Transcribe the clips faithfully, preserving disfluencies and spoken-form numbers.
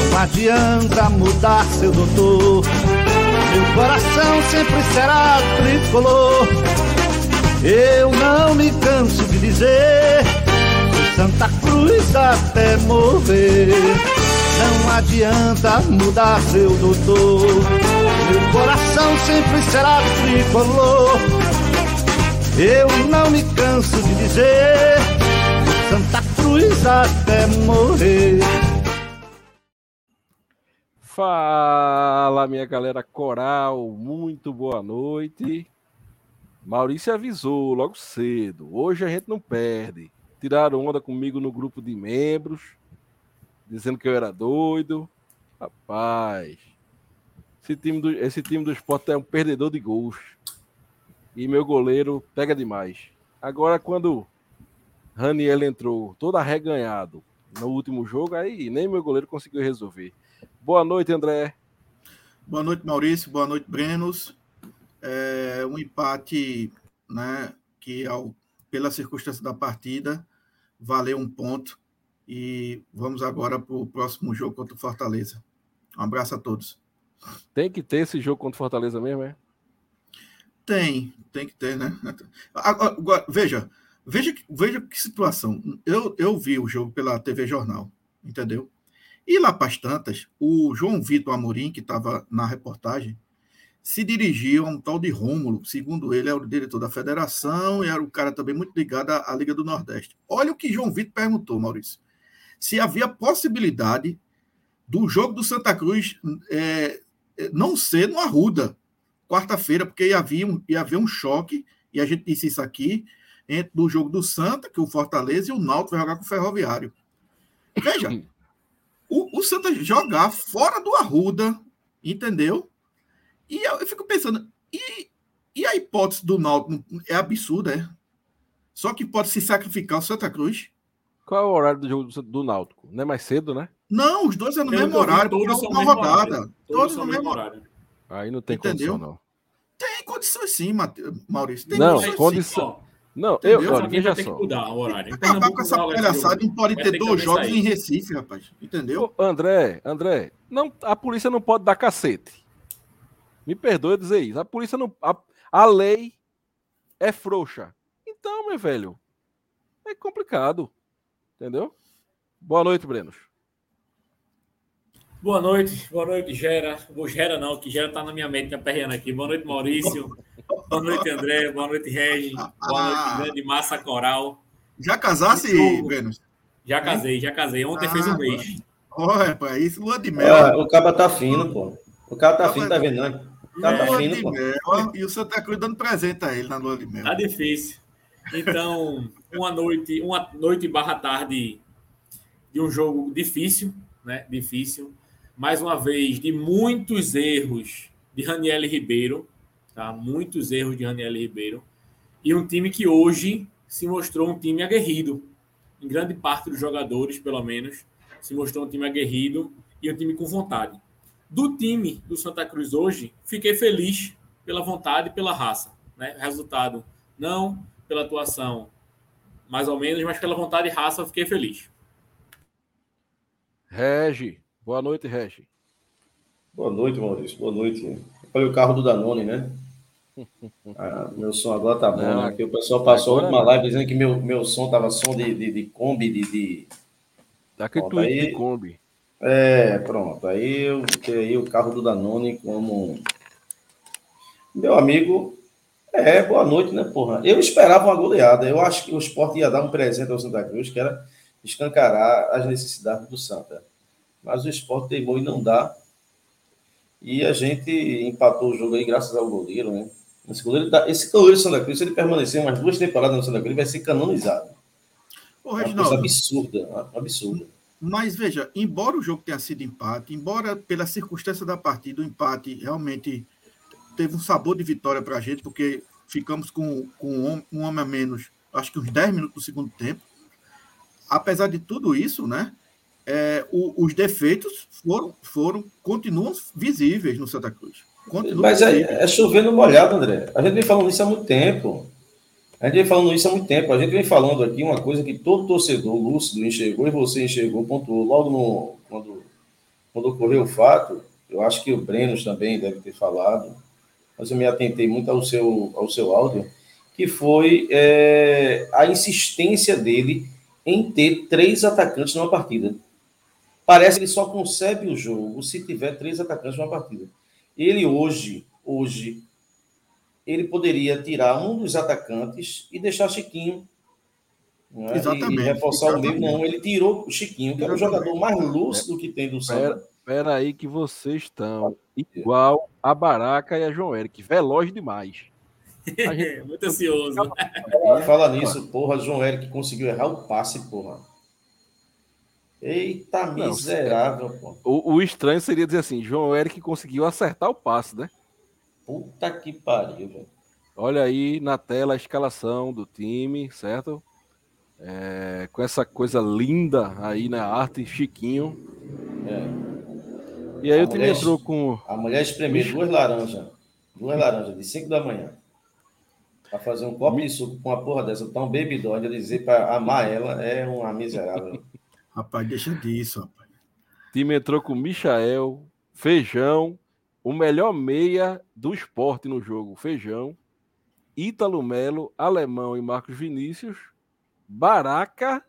Não adianta mudar, seu doutor, meu coração sempre será tricolor. Eu não me canso de dizer, Santa Cruz até morrer. Não adianta mudar, seu doutor, meu coração sempre será tricolor. Eu não me canso de dizer, Santa Cruz até morrer. Fala, minha galera coral, muito boa noite. Maurício avisou logo cedo, hoje a gente não perde. Tiraram onda comigo no grupo de membros, dizendo que eu era doido. Rapaz, esse time do, esse time do Sport é um perdedor de gols. E meu goleiro pega demais. Agora, quando Raniel entrou todo arreganhado no último jogo, aí nem meu goleiro conseguiu resolver. Boa noite, André. Boa noite, Maurício. Boa noite, Brenos. É um empate, né, que, ao, pela circunstância da partida, valeu um ponto. E vamos agora para o próximo jogo contra o Fortaleza. Um abraço a todos. Tem que ter esse jogo contra o Fortaleza mesmo, é? Tem, tem que ter, né? Agora, agora, veja, veja, veja que situação. Eu, eu vi o jogo pela T V Jornal, entendeu? E lá para as tantas, o João Vitor Amorim, que estava na reportagem, se dirigiu a um tal de Rômulo, segundo ele, é o diretor da federação e era um cara também muito ligado à, à Liga do Nordeste. Olha o que João Vitor perguntou, Maurício. Se havia possibilidade do jogo do Santa Cruz é, não ser no Arruda, quarta-feira, porque ia haver, um, ia haver um choque, e a gente disse isso aqui, entre o jogo do Santa, que é o Fortaleza, e o Náutico vai jogar com o Ferroviário. Veja, o, o Santa jogar fora do Arruda, entendeu? E eu, eu fico pensando, e, e a hipótese do Náutico é absurda, é? Só que pode se sacrificar o Santa Cruz. Qual é o horário do jogo do, do Náutico? Não é mais cedo, né? Não, os dois é no mesmo horário, porque é uma rodada. Todos no mesmo horário. Aí não tem Entendeu? condição, não. Tem condições sim, Maurício. Tem não, condições condição. Sim. Não, Entendeu? eu, olha, veja tem só. que mudar o horário. Acabar com essa palhaçada, não pode ter dois jogos em Recife, rapaz. Entendeu? Ô, André, André, não, a polícia não pode dar cacete. Me perdoe dizer isso. A polícia não. A, a lei é frouxa. Então, meu velho, é complicado. Entendeu? Boa noite, Brenos. Boa noite, boa noite, Gera. Vou Gera não, que Gera tá na minha mente, me aperreando aqui. Boa noite, Maurício. Boa noite, André. Boa noite, Regi. Boa noite, grande massa coral. Já casasse, Brenos? Já casei, já casei. Ontem ah, fez um mês. Olha, rapaz, isso, lua de mel. Ah, o caba tá fino, pô. O cara tá fino, tá vendo, né? O cara tá lua fino, de pô. Mel, e o Santa Cruz dando presente a ele na lua de mel. Tá difícil. Então, uma noite, uma noite barra tarde de um jogo difícil, né? Difícil. Mais uma vez, de muitos erros de Raniel Ribeiro, tá? Muitos erros de Raniel Ribeiro. E um time que hoje se mostrou um time aguerrido. Em grande parte dos jogadores, pelo menos, se mostrou um time aguerrido e um time com vontade. Do time do Santa Cruz hoje, fiquei feliz pela vontade e pela raça, né? Resultado, não pela atuação, mais ou menos, mas pela vontade e raça, eu fiquei feliz. Regi. Boa noite, Regi. Boa noite, Maurício. Boa noite. Foi o carro do Danone, né? Ah, meu som agora tá bom, não, né? Aqui o pessoal passou a última live dizendo que meu, meu som tava som de, de, de Kombi, de... de... Daquele pronto, tweet aí, de Kombi. É, pronto. Aí eu aí o carro do Danone como... Meu amigo... É, boa noite, né, porra? Eu esperava uma goleada. Eu acho que o Sport ia dar um presente ao Santa Cruz, que era escancarar as necessidades do Santa. Mas o Sport teimou e não dá. E a gente empatou o jogo aí graças ao goleiro, né? Esse goleiro, esse goleiro do Santa Cruz, se ele permanecer umas duas temporadas no Santa Cruz, vai ser canonizado. Ô, é uma coisa absurda, uma absurda. Mas veja, embora o jogo tenha sido empate, embora pela circunstância da partida, o empate realmente teve um sabor de vitória para a gente, porque ficamos com, com um homem a menos, acho que uns dez minutos do segundo tempo. Apesar de tudo isso, né? É, o, os defeitos foram, foram, continuam visíveis no Santa Cruz. Continuam Mas é, é chovendo molhado, André. A gente vem falando isso há muito tempo. A gente vem falando isso há muito tempo. A gente vem falando aqui uma coisa que todo torcedor lúcido enxergou e você enxergou, pontuou logo no, quando, quando ocorreu o fato, eu acho que o Brenos também deve ter falado, mas eu me atentei muito ao seu, ao seu áudio, que foi é, a insistência dele em ter três atacantes numa partida. Parece que ele só concebe o jogo se tiver três atacantes numa partida. Ele hoje, hoje, ele poderia tirar um dos atacantes e deixar Chiquinho, né? Exatamente. E, e reforçar exatamente. o meio. Não, ele tirou o Chiquinho, que Exatamente. era o jogador mais lúcido que tem do Santa. Pera, pera aí que vocês estão igual a Baraca e a João Eric, veloz demais. A gente... Muito ansioso. Fala nisso, porra, João Eric conseguiu errar o passe, porra. Eita, miserável, Não, porra. O, o estranho seria dizer assim, João Eric conseguiu acertar o passe, né? Puta que pariu, velho. Olha aí na tela a escalação do time, certo? É, com essa coisa linda aí na arte, Chiquinho. É. E aí A o time mulher- entrou com... A mulher espremeu Ixi. duas laranjas. Duas laranjas, de cinco da manhã. Pra fazer um copo de suco com uma porra dessa, tão bebidão, ainda dizer pra amar ela é uma miserável. Rapaz, deixa disso, rapaz. O time entrou com Michael, Feijão, o melhor meia do esporte no jogo, Feijão, Ítalo Melo, Alemão e Marcos Vinícius, Baraca,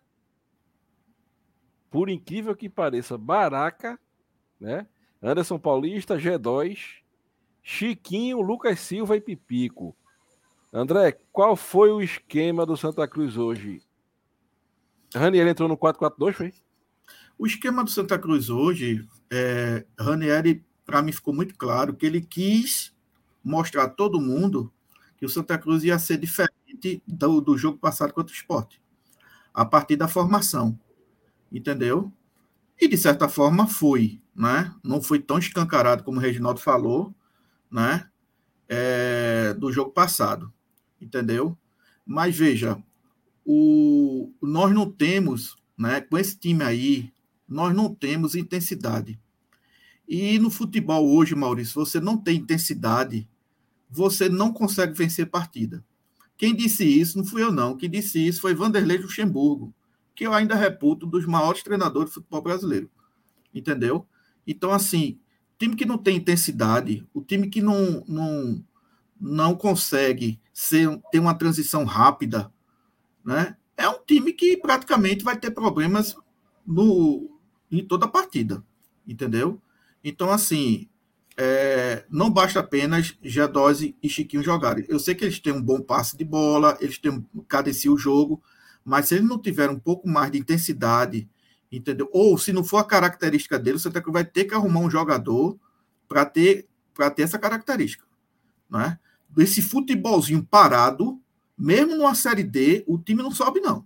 por incrível que pareça, Baraca, né? Anderson Paulista, G dois, Chiquinho, Lucas Silva e Pipico. André, qual foi o esquema do Santa Cruz hoje? Raniel entrou no quatro quatro dois, foi? O esquema do Santa Cruz hoje, é, Ranieri, para mim ficou muito claro que ele quis mostrar a todo mundo que o Santa Cruz ia ser diferente do, do jogo passado contra o Sport, a partir da formação, entendeu? E, de certa forma, foi, né? Não foi tão escancarado como o Reginaldo falou, né? É, do jogo passado, entendeu? Mas, veja, o, nós não temos, né, com esse time aí, nós não temos intensidade. E no futebol hoje, Maurício, você não tem intensidade, você não consegue vencer partida. Quem disse isso não fui eu, não. Quem disse isso foi Vanderlei Luxemburgo, que eu ainda reputo dos maiores treinadores de futebol brasileiro. Entendeu? Então, assim, time que não tem intensidade, o time que não, não, não consegue ser, ter uma transição rápida, né? É um time que praticamente vai ter problemas no, em toda a partida, entendeu? Então, assim, é, não basta apenas G-Dose e Chiquinho jogarem. Eu sei que eles têm um bom passe de bola, eles têm cadenciam o jogo, mas se eles não tiverem um pouco mais de intensidade, entendeu? Ou se não for a característica dele, você vai ter que arrumar um jogador para ter, para ter essa característica, né? Esse futebolzinho parado, mesmo numa Série D, o time não sobe, não.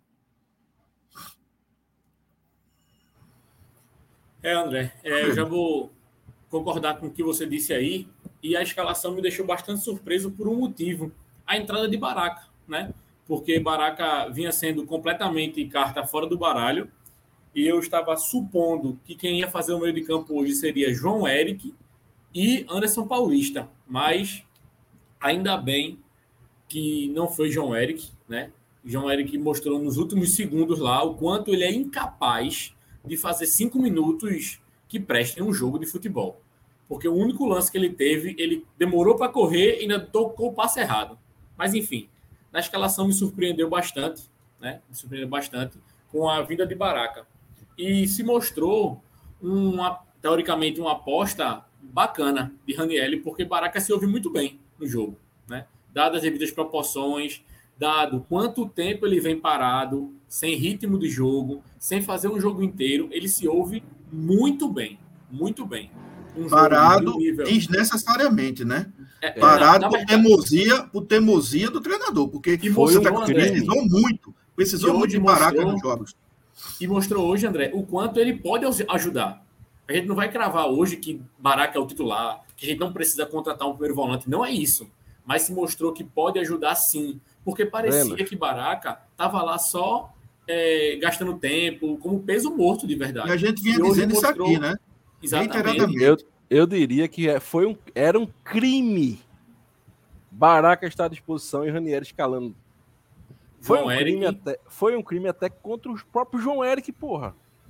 É, André, é, eu já vou concordar com o que você disse aí, e a escalação me deixou bastante surpreso por um motivo, a entrada de Baraca, né? Porque Baraca vinha sendo completamente carta fora do baralho, e eu estava supondo que quem ia fazer o meio de campo hoje seria João Eric e Anderson Paulista, mas ainda bem que não foi João Eric, né? João Eric mostrou nos últimos segundos lá o quanto ele é incapaz de fazer cinco minutos que prestem um jogo de futebol. Porque o único lance que ele teve, ele demorou para correr e ainda tocou o passe errado. Mas, enfim, na escalação me surpreendeu bastante, né? Me surpreendeu bastante com a vinda de Baraca. E se mostrou, uma, teoricamente, uma aposta bacana de Ranieri, porque Baraca se ouve muito bem no jogo, né? Dadas as devidas proporções, dado quanto tempo ele vem parado, sem ritmo de jogo, sem fazer um jogo inteiro, ele se ouve muito bem, muito bem. Um Parado desnecessariamente, né? É, Parado na, na por, teimosia, por teimosia do treinador, porque E foi mostrou, o precisou muito, precisou E muito hoje de Baraca mostrou- nos jogos. E mostrou hoje, André, o quanto ele pode aux- ajudar. A gente não vai cravar hoje que Baraca é o titular, que a gente não precisa contratar um primeiro volante. Não é isso. Mas se mostrou que pode ajudar sim. Porque parecia Brenas. que Baraca estava lá só é, gastando tempo, como peso morto de verdade. E a gente vinha E hoje dizendo mostrou- isso aqui, né? Exatamente. Reiteradamente. Eu, eu diria que é- foi um, era um crime Baraca estar à disposição e Ranieri escalando. Foi João um, crime Eric. até, foi um crime até contra os próprios João Eric, porra.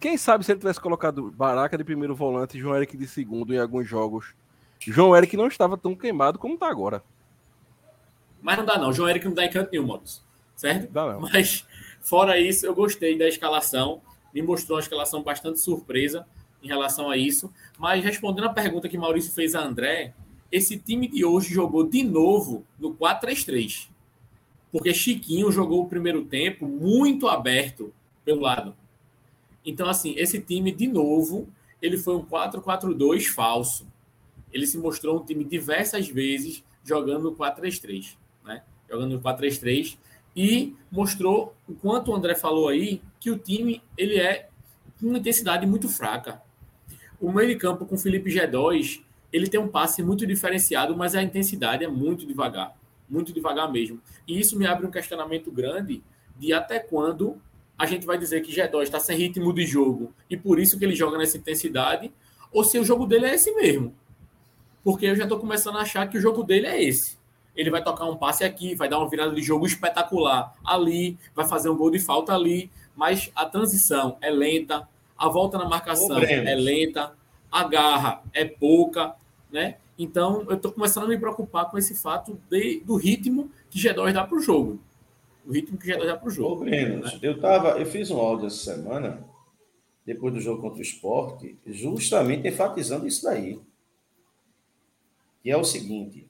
quem sabe se ele tivesse colocado Baraca de primeiro volante e João Eric de segundo em alguns jogos, João Eric não estava tão queimado como está agora. Mas não dá não, o João Eric não dá em canto nenhum, Motos. Certo? Dá não. Mas, fora isso, eu gostei da escalação. Me mostrou uma escalação bastante surpresa em relação a isso. Mas, respondendo a pergunta que Maurício fez a André, esse time de hoje jogou de novo no quatro três três. Porque Chiquinho jogou o primeiro tempo muito aberto pelo lado. Então, assim, esse time, de novo, ele foi um quatro quatro dois falso. Ele se mostrou um time diversas vezes jogando no quatro três três, né? Jogando no quatro três três e mostrou, enquanto o André falou aí, que o time ele é com uma intensidade muito fraca. O meio de campo com Felipe G dois, ele tem um passe muito diferenciado, mas a intensidade é muito devagar, muito devagar mesmo. E isso me abre um questionamento grande de até quando a gente vai dizer que G dois está sem ritmo de jogo e por isso que ele joga nessa intensidade, ou se o jogo dele é esse mesmo. Porque eu já estou começando a achar que o jogo dele é esse. Ele vai tocar um passe aqui, vai dar uma virada de jogo espetacular ali, vai fazer um gol de falta ali, mas a transição é lenta, a volta na marcação é lenta, a garra é pouca, né? Então, eu estou começando a me preocupar com esse fato de, do ritmo que G dois dá para o jogo. O ritmo que G dois dá para o jogo. Ô, Breno, né? eu, tava, eu fiz um áudio essa semana, depois do jogo contra o Sport, justamente enfatizando isso daí. Que é o seguinte,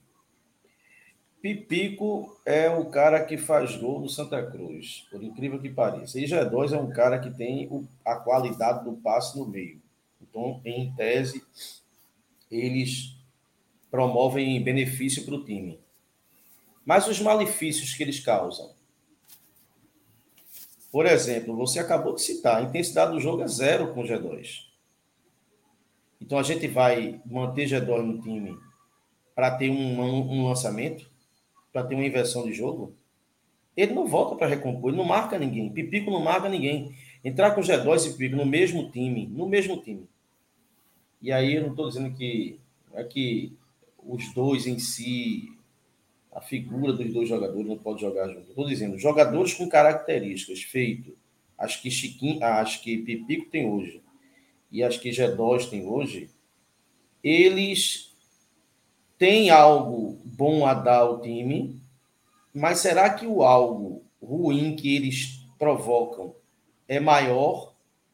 Pipico é o cara que faz gol no Santa Cruz, por incrível que pareça. E G dois é um cara que tem o, a qualidade do passe no meio. Então, em tese, eles promovem benefício para o time. Mas os malefícios que eles causam. Por exemplo, você acabou de citar, a intensidade do jogo é zero com G dois. Então, a gente vai manter G dois no time para ter um, um, um lançamento, para ter uma inversão de jogo, ele não volta para recompor, ele não marca ninguém. Pipico não marca ninguém. Entrar com G dois e Pipico no mesmo time, no mesmo time. E aí eu não estou dizendo que é que os dois em si, a figura dos dois jogadores não pode jogar junto. Estou dizendo, jogadores com características feitas, as que Chiquinho, as que Pipico tem hoje e as que G dois tem hoje, eles têm algo bom a dar ao time, mas será que o algo ruim que eles provocam é maior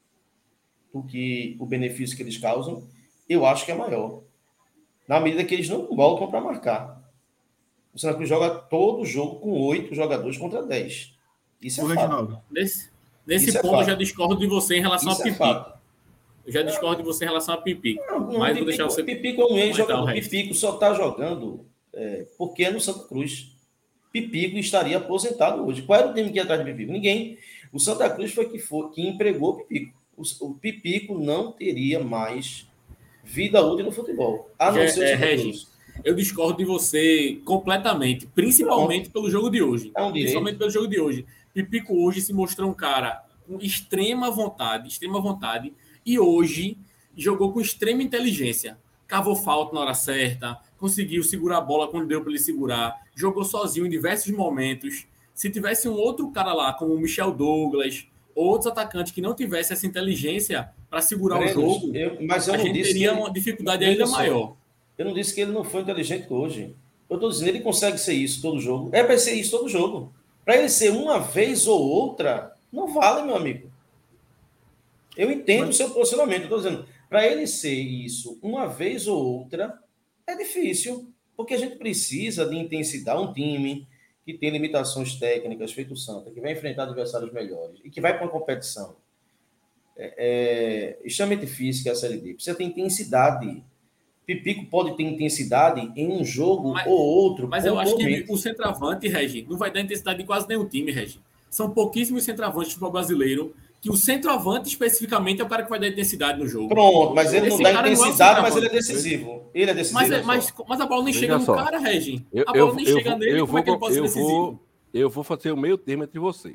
do que o benefício que eles causam? Eu acho que é maior. Na medida que eles não voltam para marcar. O Santa Cruz joga todo jogo com oito jogadores contra dez. Isso é fato. Nesse, nesse Isso ponto é eu já discordo de você em relação Isso a Pipico. É eu já discordo de você em relação a Pipico. Não, não, mas Pipico, vou deixar você. Pipico é um ex-jogador. Pipico só está jogando é, porque é no Santa Cruz. Pipico estaria aposentado hoje. Qual era o time que ia atrás de Pipico? Ninguém. O Santa Cruz foi que, foi, que empregou o Pipico. O, o Pipico não teria mais vida útil no futebol. A não é, ser o é, Santa Regi, Cruz. Eu discordo de você completamente, principalmente Pronto. pelo jogo de hoje. É um principalmente pelo jogo de hoje. Pipico hoje se mostrou um cara com extrema vontade, extrema vontade, e hoje jogou com extrema inteligência. Cavou falta na hora certa, conseguiu segurar a bola quando deu para ele segurar, jogou sozinho em diversos momentos. Se tivesse um outro cara lá, como o Michel Douglas, ou outros atacantes que não tivessem essa inteligência para segurar Brenos, o jogo, eu, mas eu a não gente disse teria ele, uma dificuldade ainda só, maior. Eu não disse que ele não foi inteligente hoje. Eu estou dizendo, ele consegue ser isso todo jogo. É para ser isso todo jogo. Para ele ser uma vez ou outra, não vale, meu amigo. Eu entendo mas... o seu posicionamento. Estou dizendo, para ele ser isso uma vez ou outra, é difícil. Porque a gente precisa de intensidade. Um time que tem limitações técnicas, feito o Santa, que vai enfrentar adversários melhores e que vai para uma competição é, é, extremamente difícil, que é a Série D. Precisa ter intensidade. Pipico pode ter intensidade em um jogo mas, ou outro. Mas eu acho que o centroavante, Regi, não vai dar intensidade de quase nenhum time, Regi. São pouquíssimos centroavantes para o brasileiro, que o centroavante especificamente é o cara que vai dar intensidade no jogo. Pronto, mas ele Esse não dá intensidade, não é mas ele é decisivo. Ele é decisivo. Mas, é, mas, mas a bola nem chega no cara, Regi. Eu, a bola eu, nem eu, chega eu, nele, eu como vou, é que ele pode eu ser decisivo? Vou, eu vou fazer o meio termo entre vocês.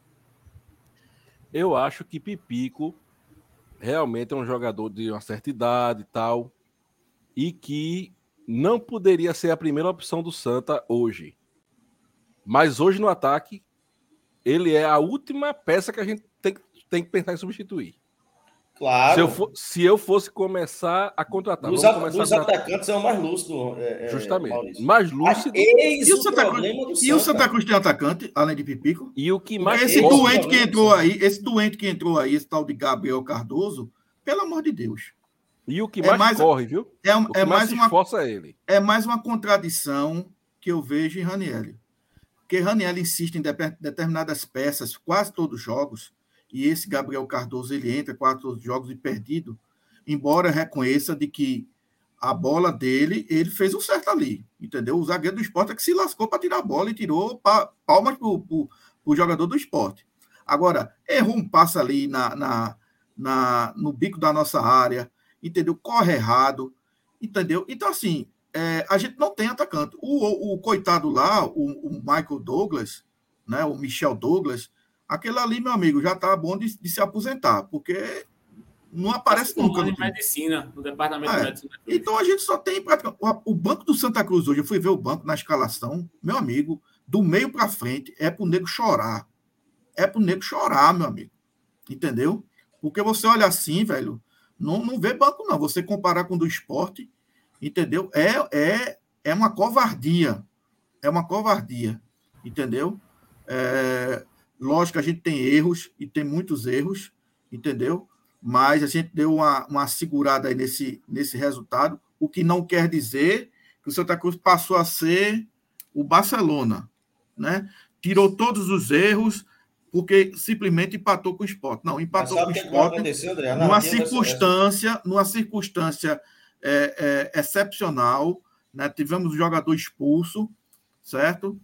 Eu acho que Pipico realmente é um jogador de uma certa idade e tal, e que não poderia ser a primeira opção do Santa hoje. Mas hoje no ataque, ele é a última peça que a gente tem, tem que pensar em substituir. Claro. Se eu, for, se eu fosse começar a contratar. Dos, a, dos contratar. atacantes é o mais lúcido. É, Justamente. Maurício. Mais lúcido. Eis E o, o Santa problema Cruz, do e o Santa. Santa Cruz tem atacante, além de Pipico? E o que Porque mais esse corre- doente que Esse entrou problema, aí, esse doente que entrou aí, esse tal de Gabriel Cardoso, pelo amor de Deus. E o que É mais, mais- corre, viu? É, um- O que é mais, mais se uma esforça é ele. é mais uma contradição que eu vejo em Ranieri. Porque Ranieri insiste em de- determinadas peças, quase todos os jogos, e esse Gabriel Cardoso ele entra quase todos os jogos e perdido, embora reconheça de que a bola dele, ele fez o certo ali, entendeu? O zagueiro do Sport é que se lascou para tirar a bola e tirou pa, palmas para o jogador do Sport. Agora, errou um passe ali na, na, na, no bico da nossa área, entendeu? Corre errado, entendeu? Então, assim, é, a gente não tem atacante. O, o, o coitado lá, o, o Michael Douglas, né, o Michel Douglas, aquele ali, meu amigo, já está bom de, de se aposentar, porque não aparece Tá nunca no em time. medicina, no departamento É. de medicina. Então a gente só tem praticamente. O banco do Santa Cruz hoje, eu fui ver o banco na escalação, meu amigo, do meio para frente é pro nego chorar. É pro nego chorar, meu amigo. Entendeu? Porque você olha assim, velho, não, não vê banco, não. Você comparar com o do esporte, entendeu? É, é, é uma covardia. É uma covardia. Entendeu? É, lógico que a gente tem erros, e tem muitos erros, entendeu? Mas a gente deu uma, uma segurada aí nesse, nesse resultado, o que não quer dizer que o Santa Cruz passou a ser o Barcelona, né? Tirou todos os erros, porque simplesmente empatou com o Sport. Não, empatou com o que vai Sport acontecer, André? A numa narrativa vai ser circunstância, numa circunstância é, é, excepcional, né? Tivemos o jogador expulso, certo?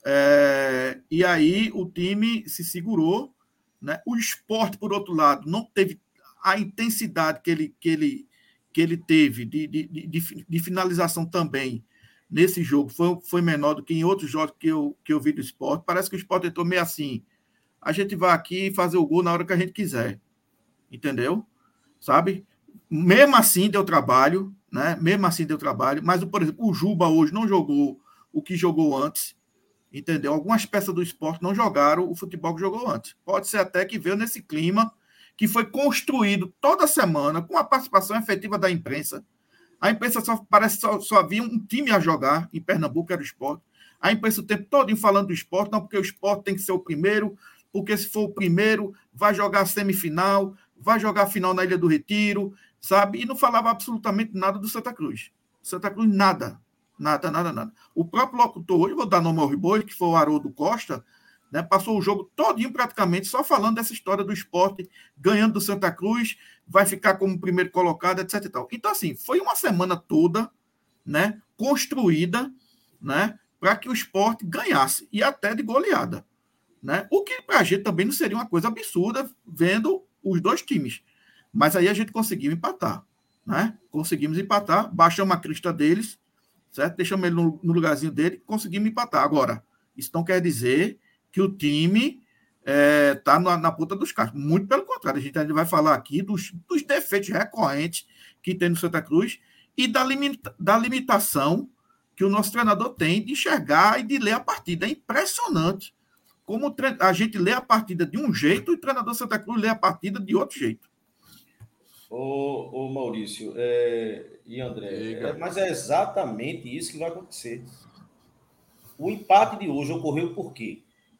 É, e aí o time se segurou, né? O Sport, por outro lado, não teve a intensidade que ele, que ele, que ele teve de, de, de, de finalização também nesse jogo foi, foi menor do que em outros jogos que eu, que eu vi do Sport. Parece que o Sport entrou meio assim, a gente vai aqui fazer o gol na hora que a gente quiser, entendeu? Sabe? Mesmo assim deu trabalho, né? Mesmo assim deu trabalho, mas, por exemplo, o Juba hoje não jogou o que jogou antes, entendeu? Algumas peças do Sport não jogaram o futebol que jogou antes. Pode ser até que veio nesse clima que foi construído toda semana com a participação efetiva da imprensa. A imprensa só parece só, só havia um time a jogar em Pernambuco, era o Sport. A imprensa o tempo todo falando do Sport, não, porque o Sport tem que ser o primeiro, porque se for o primeiro, vai jogar a semifinal, vai jogar a final na Ilha do Retiro, sabe? E não falava absolutamente nada do Santa Cruz. Santa Cruz, nada. Nada, nada, nada. O próprio locutor, hoje vou dar nome ao Riboi, que foi o Haroldo Costa, né, passou o jogo todinho praticamente só falando dessa história do Sport, ganhando do Santa Cruz, vai ficar como primeiro colocado, etc e tal. Então, assim, foi uma semana toda, né, construída, né, para que o Sport ganhasse, e até de goleada, né? O que para a gente também não seria uma coisa absurda, vendo os dois times. Mas aí a gente conseguiu empatar, né? Conseguimos empatar, baixamos a crista deles, certo? Deixamos ele no, no lugarzinho dele, conseguimos empatar. Agora, isso não quer dizer que o time está é, na, na ponta dos carros. Muito pelo contrário, a gente ainda vai falar aqui dos, dos defeitos recorrentes que tem no Santa Cruz e da, limita, da limitação que o nosso treinador tem de enxergar e de ler a partida. É impressionante como a gente lê a partida de um jeito e o treinador Santa Cruz lê a partida de outro jeito. Ô, ô Maurício é, e André, é, mas é exatamente isso que vai acontecer. O empate de hoje ocorreu por quê?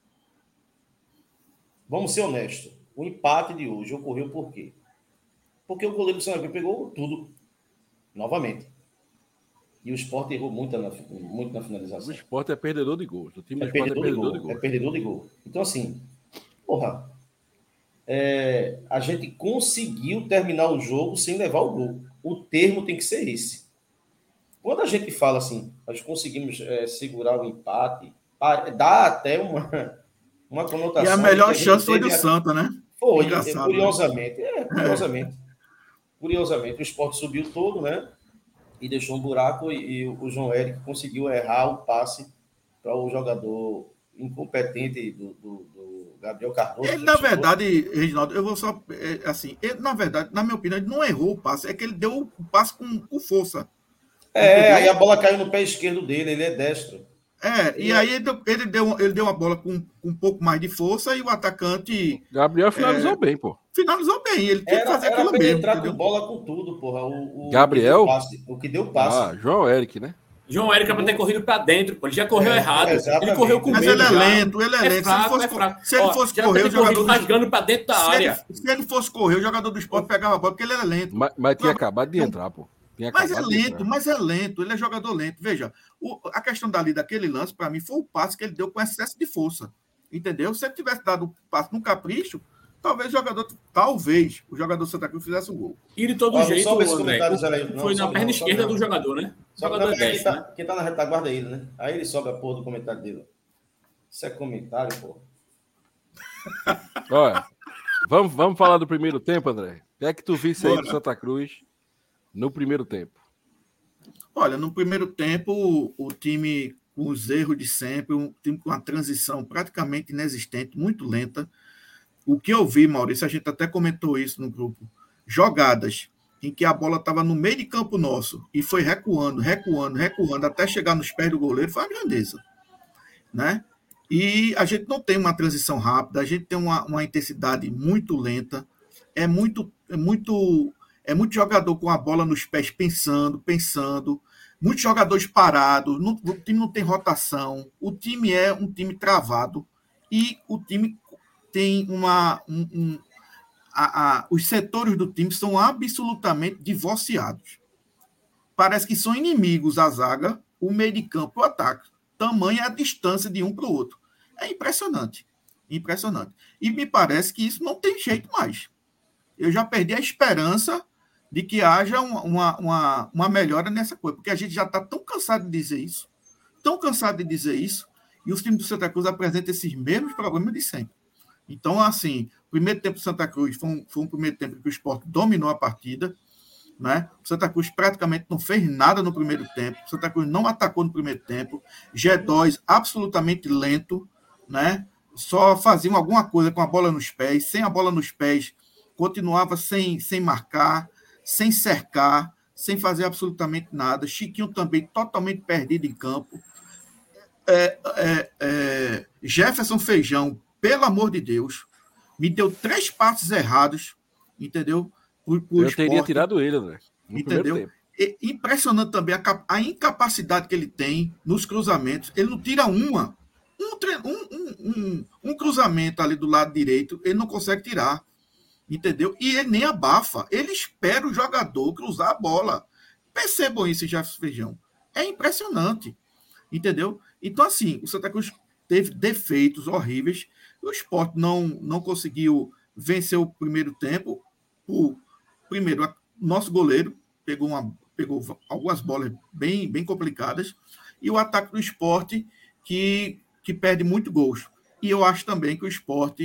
Vamos ser honestos. O empate de hoje ocorreu por quê? Porque o goleiro do Santa Cruz pegou tudo, novamente. E o Sport errou muito na, muito na finalização. O Sport é perdedor de gols. O time é do Sport perdedor é perdedor de de gol. gols. É perdedor de gol. Então, assim, porra, é, a gente conseguiu terminar o jogo sem levar o gol. O termo tem que ser esse. Quando a gente fala assim, nós conseguimos é, segurar o empate, dá até uma, uma conotação. E a melhor a chance foi do a... Santa, né? Foi, Engraçado, curiosamente. Né? É, curiosamente. É. Curiosamente, o Sport subiu todo, né? E deixou um buraco e, e o João Eric conseguiu errar o passe para o jogador incompetente do, do, do Gabriel Cardoso. Ele, na verdade, Reginaldo, eu vou só... Assim, ele, na verdade, na minha opinião, ele não errou o passe, é que ele deu o passe com, com força. É, entendeu? Aí a bola caiu no pé esquerdo dele, ele é destro. É, e, e aí ele deu, ele, deu, ele deu uma bola com, com um pouco mais de força e o atacante... Gabriel finalizou é, bem, pô. finalizou bem. Ele tinha que Era, fazer era aquilo pra ele mesmo. entrar Entendeu? com bola com tudo, porra. O, o, Gabriel? O que deu passe. O que deu passe. Ah, João Eric, né? João Eric é para ter corrido para dentro, pô. Ele já correu É, errado. exatamente. Ele correu com Mas medo ele é já. lento, ele é lento. fraco, se ele fosse, é fraco. se ele Ó, fosse já correr, ter o jogador corrido do rasgando para dentro da se área. ele, se ele fosse correr, o jogador do esporte pegava a bola, porque ele era lento. Mas, mas tinha acabado de entrar, pô. Tinha Mas é acabado de lento, entrar. mas é lento. Ele é jogador lento. Veja, o- a questão dali daquele lance, para mim, foi o passe que ele deu com excesso de força. Entendeu? Se ele tivesse dado o passe no capricho, talvez o jogador, talvez o jogador do Santa Cruz fizesse o gol. E de todo Ó, não jeito, sobe esses André, comentários aí, não, foi na sobe perna não, esquerda sobe do não. jogador, né? O Só jogador é pra quem destro, tá, né? quem tá na retaguarda é ele, né? Aí ele sobe a porra do comentário dele. Isso é comentário, porra. Olha, vamos, vamos falar do primeiro tempo, André? O que é que tu visse aí Bora. do Santa Cruz no primeiro tempo? Olha, no primeiro tempo, o, o time com os erros de sempre, um time com uma transição praticamente inexistente, muito lenta. O que eu vi, Maurício, a gente até comentou isso no grupo, jogadas em que a bola estava no meio de campo nosso e foi recuando, recuando, recuando, até chegar nos pés do goleiro, foi uma grandeza, né? E a gente não tem uma transição rápida, a gente tem uma, uma intensidade muito lenta, é muito, é muito, é muito jogador com a bola nos pés pensando, pensando, muitos jogadores parados, não, o time não tem rotação, o time é um time travado e o time tem uma... Um, um, a, a, os setores do time são absolutamente divorciados. Parece que são inimigos a zaga, o meio de campo e o ataque. Tamanha a distância de um para o outro. É impressionante. Impressionante. E me parece que isso não tem jeito mais. Eu já perdi a esperança de que haja uma, uma, uma melhora nessa coisa, porque a gente já está tão cansado de dizer isso, tão cansado de dizer isso, e os times do Santa Cruz apresentam esses mesmos problemas de sempre. Então, assim, o primeiro tempo do Santa Cruz foi um, foi um primeiro tempo que o Sport dominou a partida, né? O Santa Cruz praticamente não fez nada no primeiro tempo, o Santa Cruz não atacou no primeiro tempo, G dois absolutamente lento, né? Só faziam alguma coisa com a bola nos pés, sem a bola nos pés, continuava sem, sem marcar, sem cercar, sem fazer absolutamente nada. Chiquinho também totalmente perdido em campo. É, é, é, Jefferson Feijão, pelo amor de Deus, me deu três passes errados, entendeu? Por, por Eu teria esporte, sim ele, André. No entendeu? E, impressionante também a, a incapacidade que ele tem nos cruzamentos. Ele não tira uma. Um, um, um, um cruzamento ali do lado direito, ele não consegue tirar. Entendeu? E ele nem abafa. Ele espera o jogador cruzar a bola. Percebam isso, Jefferson Feijão. É impressionante. Entendeu? Então, assim, o Santa Cruz teve defeitos horríveis. O Sport não, não conseguiu vencer o primeiro tempo. O primeiro, nosso goleiro pegou, uma, pegou algumas bolas bem, bem complicadas. E o ataque do Sport, que, que perde muito gols. E eu acho também que o Sport...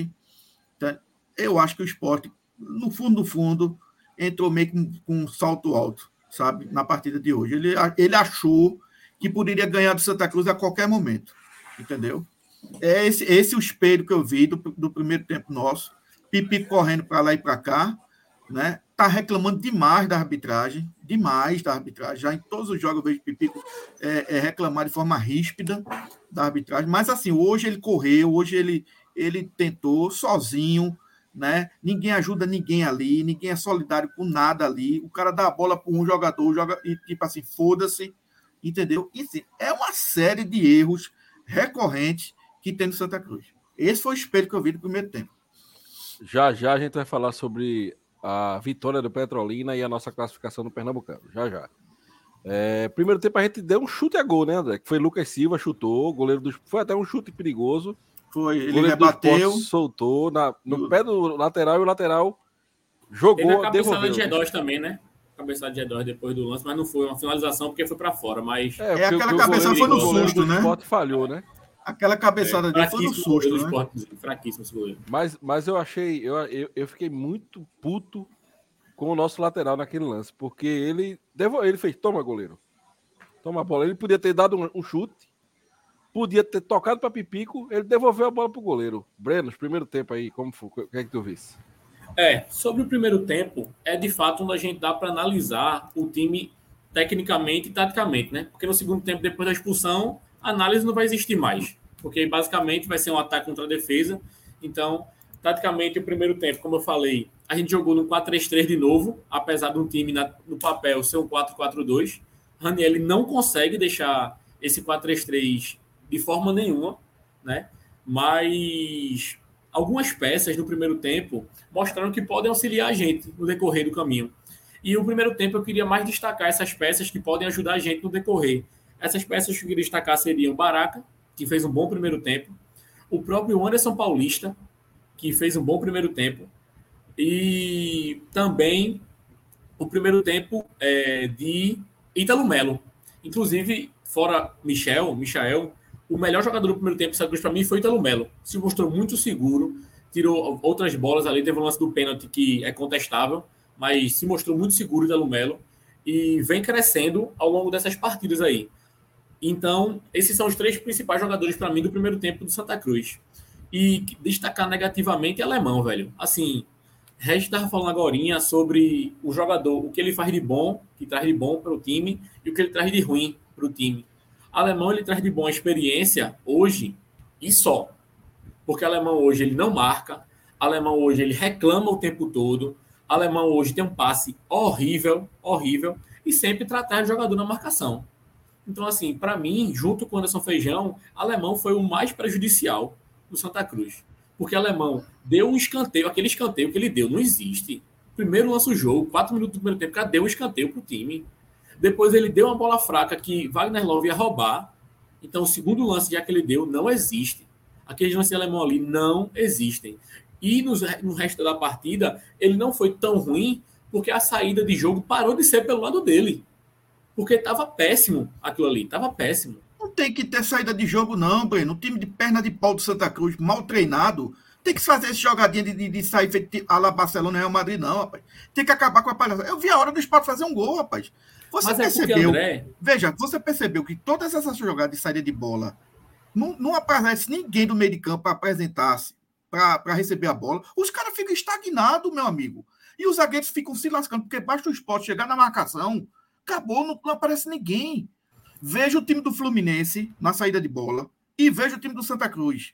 Eu acho que o Sport, no fundo, no fundo, entrou meio com, com um salto alto, sabe, na partida de hoje. Ele, ele achou que poderia ganhar do Santa Cruz a qualquer momento, entendeu? É esse, esse o espelho que eu vi do, do primeiro tempo nosso. Pipi correndo para lá e para cá, né? Tá reclamando demais da arbitragem, demais da arbitragem. Já em todos os jogos eu vejo Pipi é, é, reclamar de forma ríspida da arbitragem. Mas, assim, hoje ele correu, hoje ele, ele tentou sozinho, né? Ninguém ajuda ninguém ali, ninguém é solidário com nada ali. O cara dá a bola para um jogador, joga e tipo assim, foda-se, entendeu? E assim, é uma série de erros recorrentes que tem no Santa Cruz. Esse foi o espelho que eu vi no primeiro tempo. Já já a gente vai falar sobre a vitória do Petrolina e a nossa classificação no Pernambucano. Já já. É, primeiro tempo a gente deu um chute a gol, né, André? Que foi Lucas Silva, chutou, goleiro do... foi até um chute perigoso. Foi, ele goleiro rebateu, soltou na, no pé do lateral e o lateral jogou, Teve a cabeçada devolveu. de G dois também, né? Cabeçada de G dois depois do lance, mas não foi uma finalização porque foi para fora, mas... É, é aquela cabeçada foi no susto, né? O Sport falhou, né? Aquela cabeçada é, dele foi no susto, né? Sport, fraquíssimo esse goleiro. Mas, mas eu achei, eu, eu, eu fiquei muito puto com o nosso lateral naquele lance, porque ele, devo, ele fez, toma goleiro, toma a bola. Ele podia ter dado um, um chute, podia ter tocado para Pipico, ele devolveu a bola para o goleiro. Breno, primeiro tempo aí, como foi? O que é que tu visse? É, sobre o primeiro tempo, é de fato onde a gente dá para analisar o time tecnicamente e taticamente, né? Porque no segundo tempo, depois da expulsão, a análise não vai existir mais, porque basicamente vai ser um ataque contra a defesa. Então, Taticamente, o primeiro tempo, como eu falei, a gente jogou no quatro três três de novo, apesar de um time na, no papel ser um quatro quatro dois. Ranieri não consegue deixar esse quatro três três de forma nenhuma, né? Mas algumas peças no primeiro tempo mostraram que podem auxiliar a gente no decorrer do caminho. E no primeiro tempo eu queria mais destacar essas peças que podem ajudar a gente no decorrer. Essas peças que eu queria destacar seriam Baraka, que fez um bom primeiro tempo, o próprio Anderson Paulista, que fez um bom primeiro tempo, e também o primeiro tempo é, de Ítalo Melo. Inclusive, fora Michel, Michael, o melhor jogador do primeiro tempo para mim foi Ítalo Melo. Se mostrou muito seguro, tirou outras bolas ali, teve um lance do pênalti que é contestável, mas se mostrou muito seguro Ítalo Melo e vem crescendo ao longo dessas partidas aí. Então, esses são os três principais jogadores para mim do primeiro tempo do Santa Cruz. E destacar negativamente é Alemão, velho. Assim, Regis estava falando agora sobre o jogador, o que ele faz de bom, que traz de bom para o time, e o que ele traz de ruim para o time. Alemão, ele traz de bom a experiência hoje e só. Porque Alemão hoje ele não marca, Alemão hoje ele reclama o tempo todo, Alemão hoje tem um passe horrível, horrível, e sempre tratar de jogador na marcação. Então, assim, para mim, junto com o Anderson Feijão, Alemão foi o mais prejudicial do Santa Cruz. Porque Alemão deu um escanteio, aquele escanteio que ele deu, não existe. Primeiro lança o jogo, quatro minutos do primeiro tempo, cadê um escanteio pro time? Depois ele deu uma bola fraca que Wagner Love ia roubar. Então o segundo lance já que ele deu não existe. Aqueles lances de Alemão ali não existem. E no, no resto da partida, ele não foi tão ruim porque a saída de jogo parou de ser pelo lado dele. Porque estava péssimo aquilo ali, estava péssimo. Não tem que ter saída de jogo, não, Breno. O time de perna de pau do Santa Cruz, mal treinado, tem que fazer esse jogadinha de, de, de sair feito a la Barcelona e Real Madrid, não, rapaz. Tem que acabar com a palhaçada. Eu vi a hora do Sport fazer um gol, rapaz. Você Mas percebeu, é porque, André... veja, você percebeu que todas essas jogadas de saída de bola, não, não aparece ninguém do meio de campo para apresentar-se, para receber a bola. Os caras ficam estagnados, meu amigo. E os zagueiros ficam se lascando, porque basta o Sport chegar na marcação, acabou, não, não aparece ninguém. Veja o time do Fluminense na saída de bola e veja o time do Santa Cruz.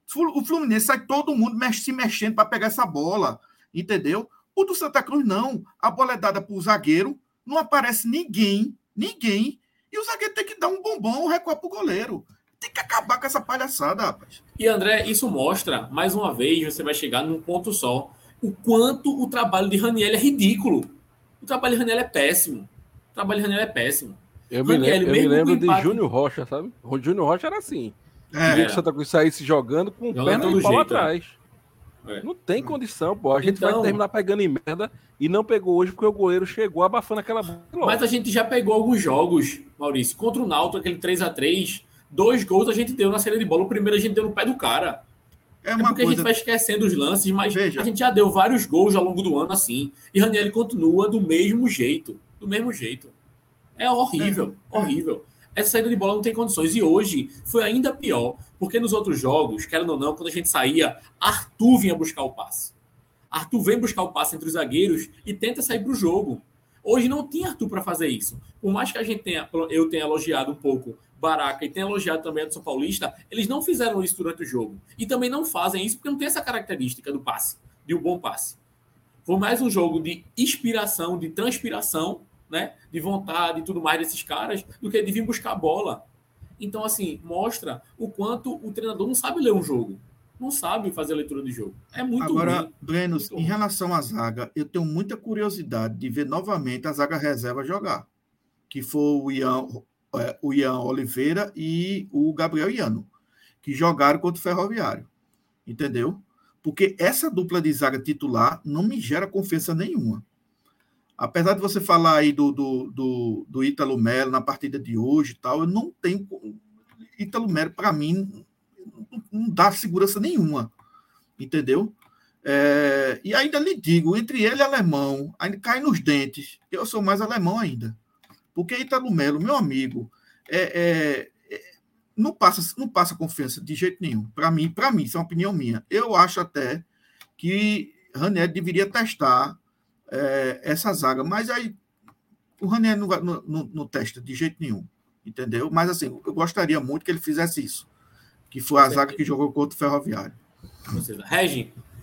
O Fluminense sai todo mundo mexe, se mexendo para pegar essa bola, entendeu? O do Santa Cruz não. A bola é dada para o zagueiro, não aparece ninguém, ninguém, e o zagueiro tem que dar um bombom, um recuar para o goleiro. Tem que acabar com essa palhaçada, rapaz. E, André, isso mostra, mais uma vez, você vai chegar num ponto só, o quanto o trabalho de Ranieri é ridículo. O trabalho de Ranieri é péssimo. O trabalho de Ranieri é péssimo. Eu me lembro, eu me lembro de empate... Júnior Rocha, sabe? O Júnior Rocha era assim. É. Que o Santa Cruz saísse jogando com o perna de pau atrás. É. Não tem condição, pô. A gente então... vai terminar pegando em merda e não pegou hoje porque o goleiro chegou abafando aquela bola. Mas a gente já pegou alguns jogos, Maurício. Contra o Náutico, aquele três a três, dois gols a gente deu na saída de bola. O primeiro a gente deu no pé do cara. É, uma é porque coisa... a gente vai esquecendo os lances, mas Veja. a gente já deu vários gols ao longo do ano assim. E Ranieri continua do mesmo jeito. Do mesmo jeito. É horrível, é. horrível. Essa saída de bola não tem condições. E hoje foi ainda pior, porque nos outros jogos, querendo ou não, quando a gente saía, Arthur vinha buscar o passe. Arthur vem buscar o passe entre os zagueiros e tenta sair para o jogo. Hoje não tinha Arthur para fazer isso. Por mais que a gente tenha, eu tenha elogiado um pouco Baraka e tenha elogiado também a São Paulista, eles não fizeram isso durante o jogo. E também não fazem isso porque não tem essa característica do passe, de um bom passe. Foi mais um jogo de inspiração, de transpiração, né, de vontade e tudo mais desses caras, do que de vir buscar a bola. Então, assim, mostra o quanto o treinador não sabe ler um jogo. Não sabe fazer a leitura de jogo. É muito Agora, ruim. Breno, muito em ruim. relação à zaga, eu tenho muita curiosidade de ver novamente a zaga reserva jogar. Que foi o Ian, o Ian Oliveira e o Gabriel Iano, que jogaram contra o Ferroviário. Entendeu? Porque essa dupla de zaga titular não me gera confiança nenhuma. Apesar de você falar aí do, do, do, do Ítalo Melo na partida de hoje e tal, eu não tenho... Ítalo Melo, para mim, não dá segurança nenhuma. Entendeu? É, e ainda lhe digo, entre ele e Alemão, ainda cai nos dentes. Eu sou mais Alemão ainda. Porque Ítalo Melo, meu amigo, é, é, é, não, passa, não passa confiança de jeito nenhum. Para mim, para mim, isso é uma opinião minha. Eu acho até que Ranieri deveria testar É, essa zaga, mas aí o Ranieri não, não, não, não testa de jeito nenhum, entendeu? Mas assim, eu gostaria muito que ele fizesse isso, que foi a zaga que jogou contra o Ferroviário. Regi,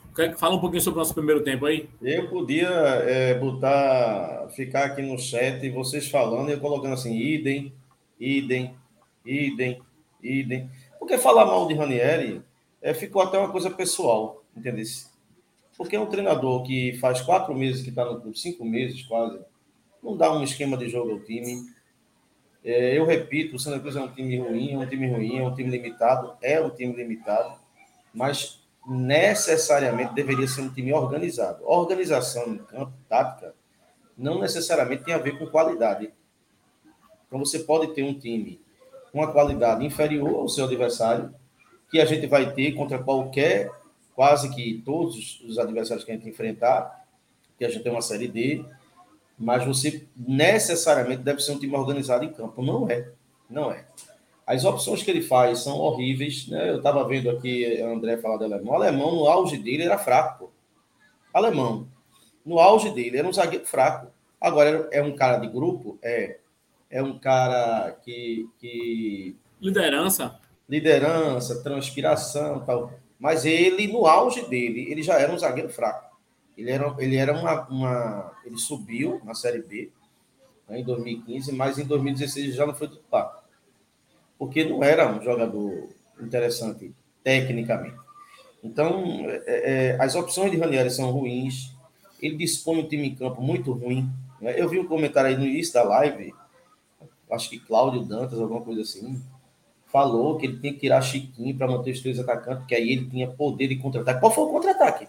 Fala um pouquinho sobre o nosso primeiro tempo aí. Eu podia é, botar, ficar aqui no chat, vocês falando e eu colocando assim, idem, idem, idem, idem. Porque falar mal de Ranieri é, ficou até uma coisa pessoal, entendeu? Porque é um treinador que faz quatro meses, que está no clube, cinco meses quase, não dá um esquema de jogo ao time. É, eu repito, o Santa Cruz é um time ruim, é um time ruim, é um time limitado, é um time limitado, mas necessariamente deveria ser um time organizado. Organização em campo, tática, não necessariamente tem a ver com qualidade. Então você pode ter um time com uma qualidade inferior ao seu adversário, que a gente vai ter contra qualquer, quase que todos os adversários que a gente enfrentar, que a gente tem uma Série D, mas você necessariamente deve ser um time organizado em campo. Não é, não é. As opções que ele faz são horríveis, né? Eu estava vendo aqui o André falar do Alemão. O Alemão, no auge dele, era fraco. Pô. Alemão, no auge dele, era um zagueiro fraco. Agora, é um cara de grupo? É. É um cara que... que... Liderança. Liderança, transpiração e tal. Mas ele, no auge dele, ele já era um zagueiro fraco. Ele era, ele era uma, uma... Ele subiu na Série B, né, em dois mil e quinze, mas em dois mil e dezesseis ele já não foi titular. Porque não era um jogador interessante tecnicamente. Então, é, é, as opções de Ranieri são ruins, ele dispõe um time em campo muito ruim. Né? Eu vi um comentário aí no início da live, acho que Cláudio Dantas, alguma coisa assim, falou que ele tinha que tirar Chiquinho para manter os três atacantes, porque aí ele tinha poder de contra-ataque. Qual foi o contra-ataque?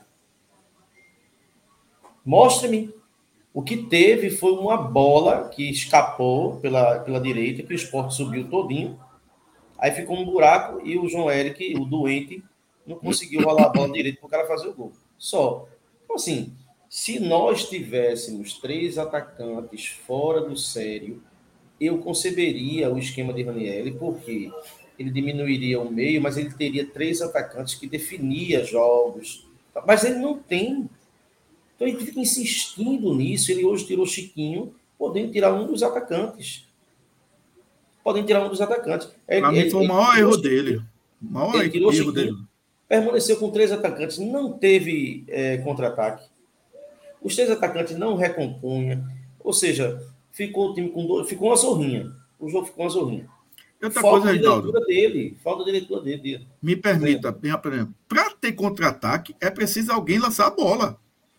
Mostre-me. O que teve foi uma bola que escapou pela, pela direita, que o Sport subiu todinho. Aí ficou um buraco e o João Eric, o doente, não conseguiu rolar a bola direito para o cara fazer o gol. Só. Então, assim, se nós tivéssemos três atacantes fora do sério, eu conceberia o esquema de Ranieri, porque ele diminuiria o meio, mas ele teria três atacantes que definia jogos. Mas ele não tem. Então ele fica insistindo nisso. Ele hoje tirou Chiquinho, podendo tirar um dos atacantes. Podem tirar um dos atacantes. Ele, Para mim foi o maior erro dele. O maior ele tirou erro Chiquinho, dele. Permaneceu com três atacantes, não teve é, contra-ataque. Os três atacantes não recompunham. Ou seja, ficou o time com dois, ficou uma zorrinha. O jogo ficou uma zorrinha. Outra falta coisa, de leitura dele. Falta de leitura dele. Me permita, para ter contra-ataque, é preciso alguém lançar a bola.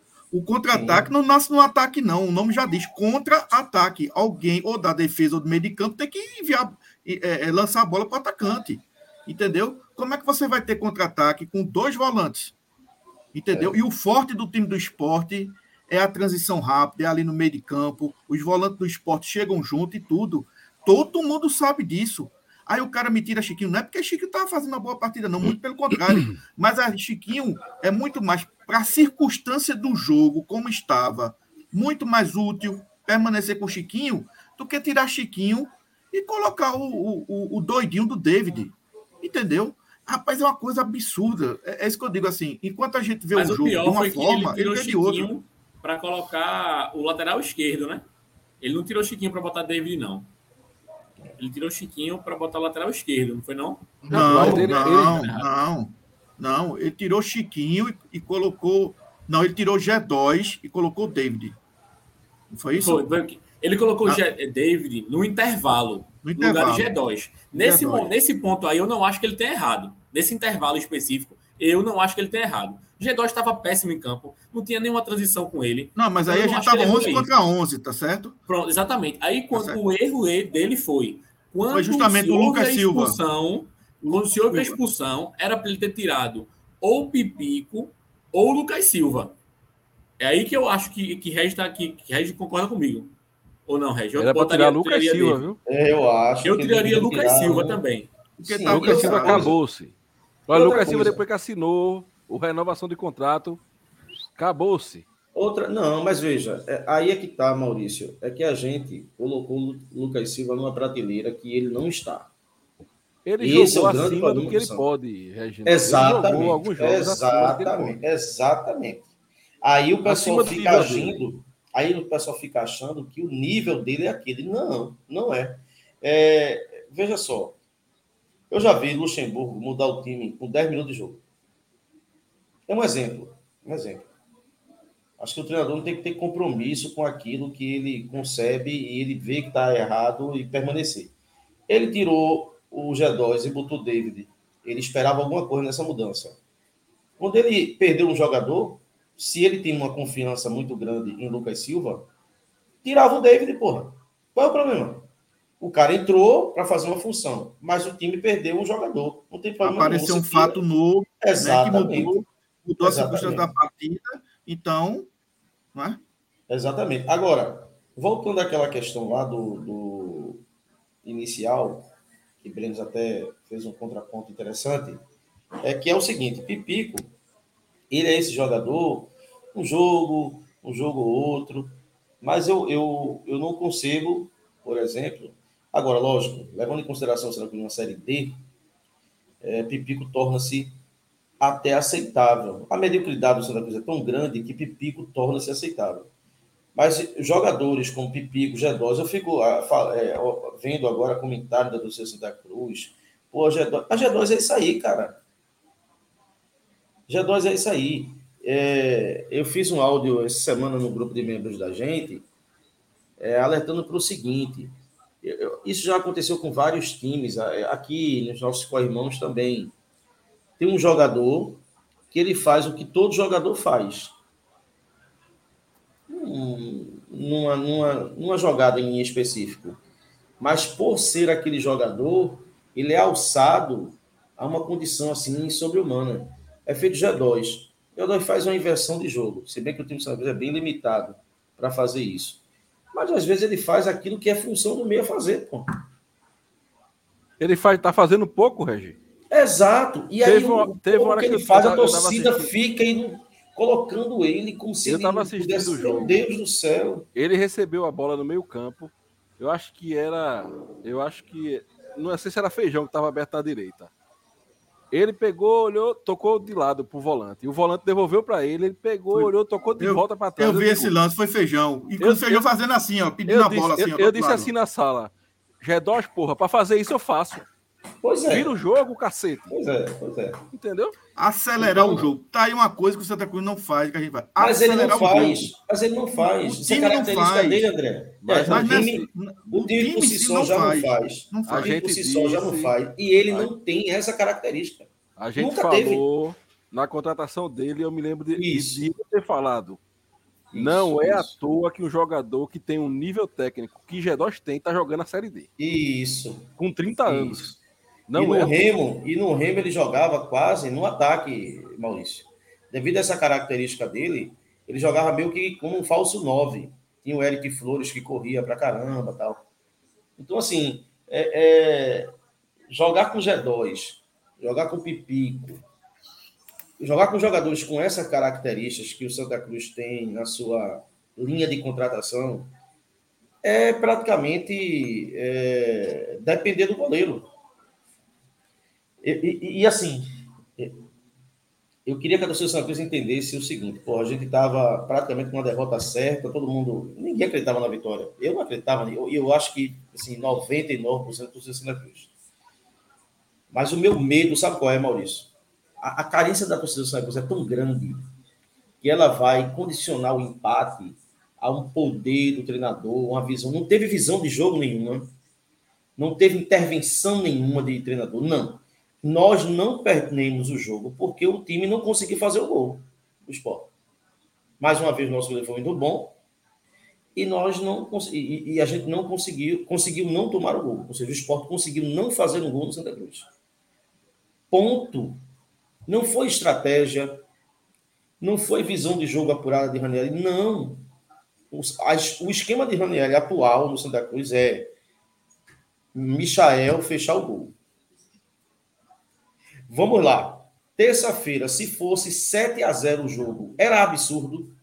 O contra-ataque Sim. não nasce no ataque, não. O nome já diz contra-ataque. Alguém, ou da defesa ou do meio de campo, tem que enviar, é, é, lançar a bola para o atacante. Entendeu? Como é que você vai ter contra-ataque com dois volantes? Entendeu? É. E o forte do time do esporte é a transição rápida, é ali no meio de campo. Os volantes do esporte chegam junto e tudo. Todo mundo sabe disso. Aí o cara me tira Chiquinho. Não é porque Chiquinho estava fazendo uma boa partida, não. Muito pelo contrário. Mas a Chiquinho é muito mais para a circunstância do jogo, como estava. Muito mais útil permanecer com o Chiquinho do que tirar Chiquinho e colocar o, o, o doidinho do David. Entendeu? Rapaz, é uma coisa absurda. É, é isso que eu digo assim. Enquanto a gente vê Mas o, o jogo de uma forma, ele, ele vê de outra. Para colocar o lateral esquerdo, né? Ele não tirou Chiquinho para botar David, não. Ele tirou Chiquinho para botar o lateral esquerdo, não foi não? Não, não, ele, não, ele... não. Não, ele tirou Chiquinho e, e colocou... Não, ele tirou G dois e colocou David. Não foi isso? Foi, foi. Ele colocou ah. G, David no intervalo, no, no lugar de G dois. Nesse, G dois. Nesse ponto aí, eu não acho que ele tenha errado. Nesse intervalo específico, eu não acho que ele tenha errado. G dois estava péssimo em campo, não tinha nenhuma transição com ele. Não, mas aí a gente estava onze contra onze, tá certo? Pronto, exatamente. Aí quando tá o erro dele foi... Quando foi justamente o Lucas Silva. Quando se houve a expulsão, era para ele ter tirado ou Pipico ou o Lucas Silva. É aí que eu acho que, que Regis tá aqui, que Regis concorda comigo. Ou não, Regis? Eu era para tirar Lucas Silva, viu? É, eu acho. Eu tiraria Lucas tirar, Silva né? também. Porque Sim, tá Lucas Silva acabou-se. O Lucas Silva depois que assinou a renovação de contrato, acabou-se. Outra, não, mas veja, é, aí é que tá, Maurício, é que a gente colocou o Lucas Silva numa prateleira que ele não está. Ele Esse jogou é acima do que ele pode, Regina. Exatamente, ele jogou exatamente, exatamente. Aí o pessoal fica agindo, aí o pessoal fica achando que o nível dele é aquele. Não, não é. é. Veja só, eu já vi Luxemburgo mudar o time com dez minutos de jogo. É um exemplo. Um exemplo. Acho que o treinador não tem que ter compromisso com aquilo que ele concebe e ele vê que está errado e permanecer. Ele tirou o G dois e botou o David. Ele esperava alguma coisa nessa mudança. Quando ele perdeu um jogador, se ele tem uma confiança muito grande em Lucas Silva, tirava o David, porra. Qual é o problema? O cara entrou para fazer uma função, mas o time perdeu um jogador. Não tem problema. Apareceu um fato novo, Exatamente. Né, que mudou, mudou a circunstância da partida. Então, não é? Exatamente. Agora, voltando àquela questão lá do, do inicial, que Brenos até fez um contraponto interessante, é que é o seguinte, Pipico, ele é esse jogador, um jogo, um jogo ou outro, mas eu, eu, eu não concebo, por exemplo, agora, lógico, levando em consideração o Santa Cruz uma Série D, é, Pipico torna-se até aceitável. A mediocridade do Santa Cruz é tão grande que Pipico torna-se aceitável. Mas jogadores como Pipico, G dois, eu fico é, vendo agora comentário da torcida Santa Cruz. Pô, G dois, a G dois é isso aí, cara. G dois é isso aí. É, eu fiz um áudio essa semana no grupo de membros da gente, é, alertando para o seguinte: eu, isso já aconteceu com vários times, aqui nos nossos co-irmãos também. Tem um jogador que ele faz o que todo jogador faz. Hum, numa, numa, numa jogada em específico. Mas por ser aquele jogador, ele é alçado a uma condição assim sobre-humana. É feito G dois. G dois faz uma inversão de jogo, se bem que o time de Santa Cruz é bem limitado para fazer isso. Mas às vezes ele faz aquilo que é função do meio a fazer, pô. Ele faz, tá fazendo pouco, Regi. Exato. E teve aí uma, o, teve o uma que ele que faz, eu, a torcida fica indo, colocando ele como se eu ele tava assistindo pudesse, o jogo. meu Deus do céu. Ele recebeu a bola no meio campo. Eu acho que era, eu acho que não sei se era Feijão que estava aberto à direita. Ele pegou, olhou, tocou de lado pro volante. E o volante devolveu para ele, ele pegou, foi. olhou, tocou de eu, volta para trás. Eu vi eu esse digo, lance, foi Feijão. E com o Feijão eu, fazendo assim, ó, pedindo a disse, bola assim, eu, ó. Eu disse lado. assim na sala: G dois, porra, para fazer isso eu faço. Pois é. Vira o jogo, cacete. Pois é, pois é. Entendeu? Acelerar então, o jogo. Tá aí uma coisa que o Santa Cruz não faz, que a gente vai. Mas Acelerar ele não faz. Mas ele não faz. O Isso é time característica não faz. dele, André. Mas, é, mas o time, o time, time por si só já faz. não faz. Não faz. O time por si só já não faz. E ele a... não tem essa característica. A gente Nunca falou teve. Na contratação dele, eu me lembro de, isso. de ter falado. Isso, não é isso. à toa que um jogador que tem um nível técnico que G dois tem, tá jogando a Série D. Isso. Com trinta isso. anos. Não e, no é Remo, e no Remo ele jogava quase no ataque, Maurício. Devido a essa característica dele, ele jogava meio que como um falso nove. Tinha o Eric Flores que corria pra caramba e tal. Então, assim, é, é, jogar com G dois, jogar com Pipico, jogar com jogadores com essas características que o Santa Cruz tem na sua linha de contratação é praticamente é, depender do goleiro. E, e, e assim, eu queria que a torcida do Santa Cruz entendesse o seguinte: pô, a gente estava praticamente com uma derrota certa, todo mundo, ninguém acreditava na vitória. Eu não acreditava, e eu, eu acho que assim, noventa e nove por cento da torcida do Santa Cruz. Mas o meu medo, sabe qual é, Maurício? A, a carência da torcida do Santa Cruz é tão grande que ela vai condicionar o empate a um poder do treinador, uma visão. Não teve visão de jogo nenhuma, não teve intervenção nenhuma de treinador, não. Nós não perdemos o jogo porque o time não conseguiu fazer o gol do Sport. Mais uma vez, o nosso goleiro foi muito bom e nós não e, e a gente não conseguiu, conseguiu não tomar o gol. Ou seja, o Sport conseguiu não fazer um gol no Santa Cruz. Ponto. Não foi estratégia, não foi visão de jogo apurada de Ranieri, não. O, a, o esquema de Ranieri atual no Santa Cruz é Michael fechar o gol. Vamos lá. Terça-feira, se fosse sete a zero o jogo, era absurdo.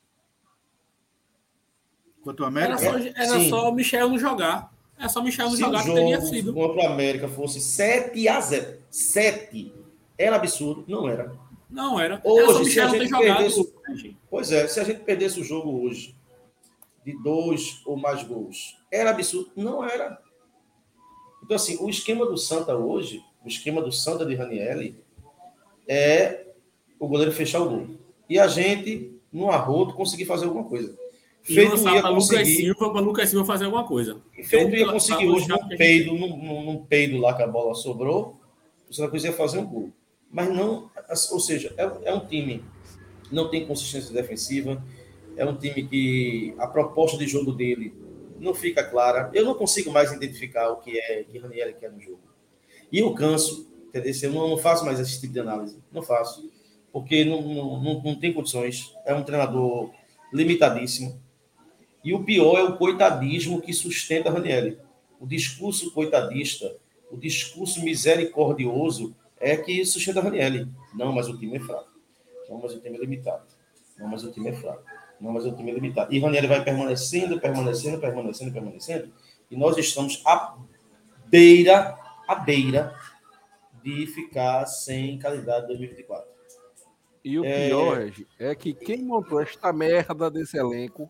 Quanto o América? Era só, era só o Michel não jogar. Era só o Michel não se jogar o que teria jogo sido. Contra o América fosse sete a zero. sete. Era absurdo? Não era. Não era. Hoje, era só o se Michel a não ter gente jogado. perdesse... Pois é, se a gente perdesse o jogo hoje de dois ou mais gols, era absurdo? Não era. Então, assim, o esquema do Santa hoje, o esquema do Santa de Ranieri é o goleiro fechar o gol. e a gente, no arroto, conseguir fazer alguma coisa. E Feito lançar ia para Lucas conseguir, Silva, para Lucas Silva fazer alguma coisa. feito Então, ia conseguir pra- hoje pra- num peido, num, num, num peido lá que a bola sobrou, o Santa Cruz ia fazer um gol. Mas não, ou seja, é, é um time que não tem consistência defensiva, é um time que a proposta de jogo dele não fica clara. Eu não consigo mais identificar o que é que Ranieri quer no jogo. E eu canso, entendeu? Eu não, não faço mais esse tipo de análise. Não faço. Porque não, não, não, não tem condições. É um treinador limitadíssimo. E o pior é o coitadismo que sustenta Ranieri. O discurso coitadista, o discurso misericordioso é que sustenta Ranieri. Não, mas o time é fraco. Não, mas o time é limitado. Não, mas o time é fraco. Não, mas o time é limitado. E Ranieri vai permanecendo, permanecendo, permanecendo, permanecendo. E nós estamos à beira, à beira de ficar sem qualidade em dois mil e vinte e quatro. E o pior, é... Regi, é que quem montou esta merda desse elenco...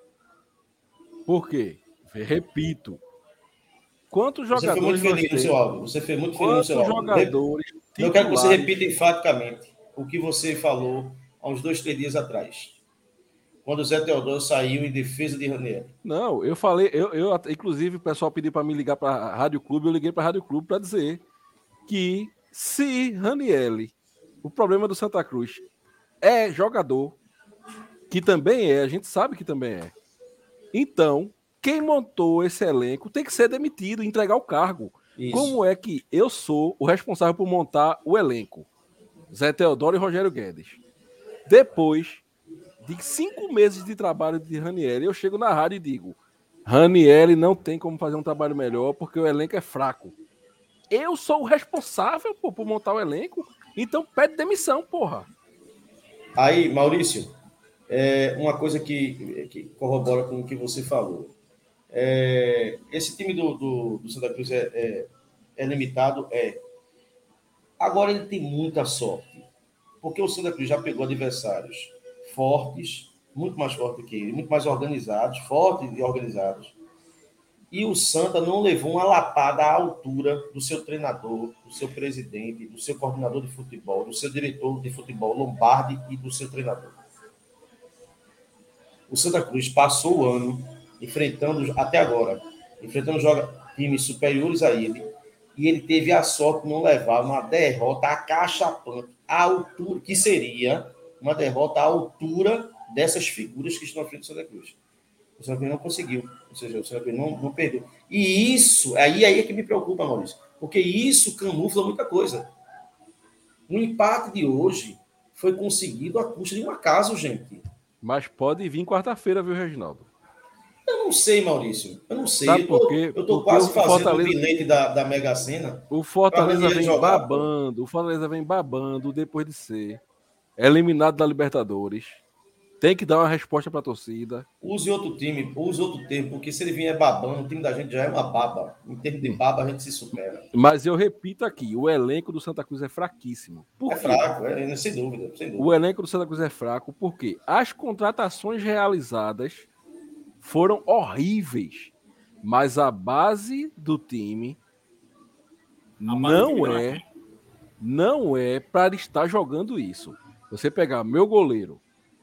Por quê? Repito. Quantos jogadores Você foi muito feliz no seu áudio. Você foi muito feliz no seu áudio. Jogadores Eu quero que você repita enfaticamente o que você falou há uns dois, três dias atrás. Quando o Zé Teodoro saiu em defesa de Ranieri. Não, eu falei, eu, eu inclusive o pessoal pediu para me ligar para a Rádio Clube, eu liguei para a Rádio Clube para dizer que se Ranieri, o problema do Santa Cruz é jogador, que também é, a gente sabe que também é. Então, quem montou esse elenco tem que ser demitido, entregar o cargo. Isso. Como é que eu sou o responsável por montar o elenco? Zé Teodoro e Rogério Guedes. Depois de cinco meses de trabalho de Ranieri, eu chego na rádio e digo: Ranieri não tem como fazer um trabalho melhor porque o elenco é fraco. Eu sou o responsável pô, por montar o elenco, então pede demissão, porra. Aí, Maurício, é uma coisa que, que corrobora com o que você falou. É, esse time do, do, do Santa Cruz é, é, é limitado? É. Agora ele tem muita sorte, porque o Santa Cruz já pegou adversários fortes, muito mais fortes que ele, muito mais organizados, fortes e organizados. E o Santa não levou uma lapada à altura do seu treinador, do seu presidente, do seu coordenador de futebol, do seu diretor de futebol, Lombardi, e do seu treinador. O Santa Cruz passou o ano enfrentando, até agora, enfrentando joga, times superiores a ele, e ele teve a sorte de não levar uma derrota acachapante, à altura, que seria uma derrota à altura dessas figuras que estão à frente do Santa Cruz. O Santa Cruz não conseguiu, ou seja, o Santa Cruz não, não perdeu. E isso, aí, aí é que me preocupa, Maurício, porque isso camufla muita coisa. O empate de hoje foi conseguido à custa de um acaso, gente. Mas pode vir quarta-feira, viu, Reginaldo? Eu não sei, Maurício. Eu não sei. Sabe eu tô, por quê? eu tô quase fazendo Fortaleza... o bilhete da, da Mega Sena. O Fortaleza vem jogar, babando. Pô. O Fortaleza vem babando depois de ser eliminado da Libertadores. Tem que dar uma resposta para a torcida. Use outro time, use outro termo, porque se ele vier babando, o time da gente já é uma baba. Em termos de baba, a gente se supera. Mas eu repito aqui, o elenco do Santa Cruz é fraquíssimo. Por é quê? fraco, é, sem dúvida, sem dúvida. O elenco do Santa Cruz é fraco porque as contratações realizadas foram horríveis, mas a base do time a não é, é não é para estar jogando isso. Você pegar meu goleiro,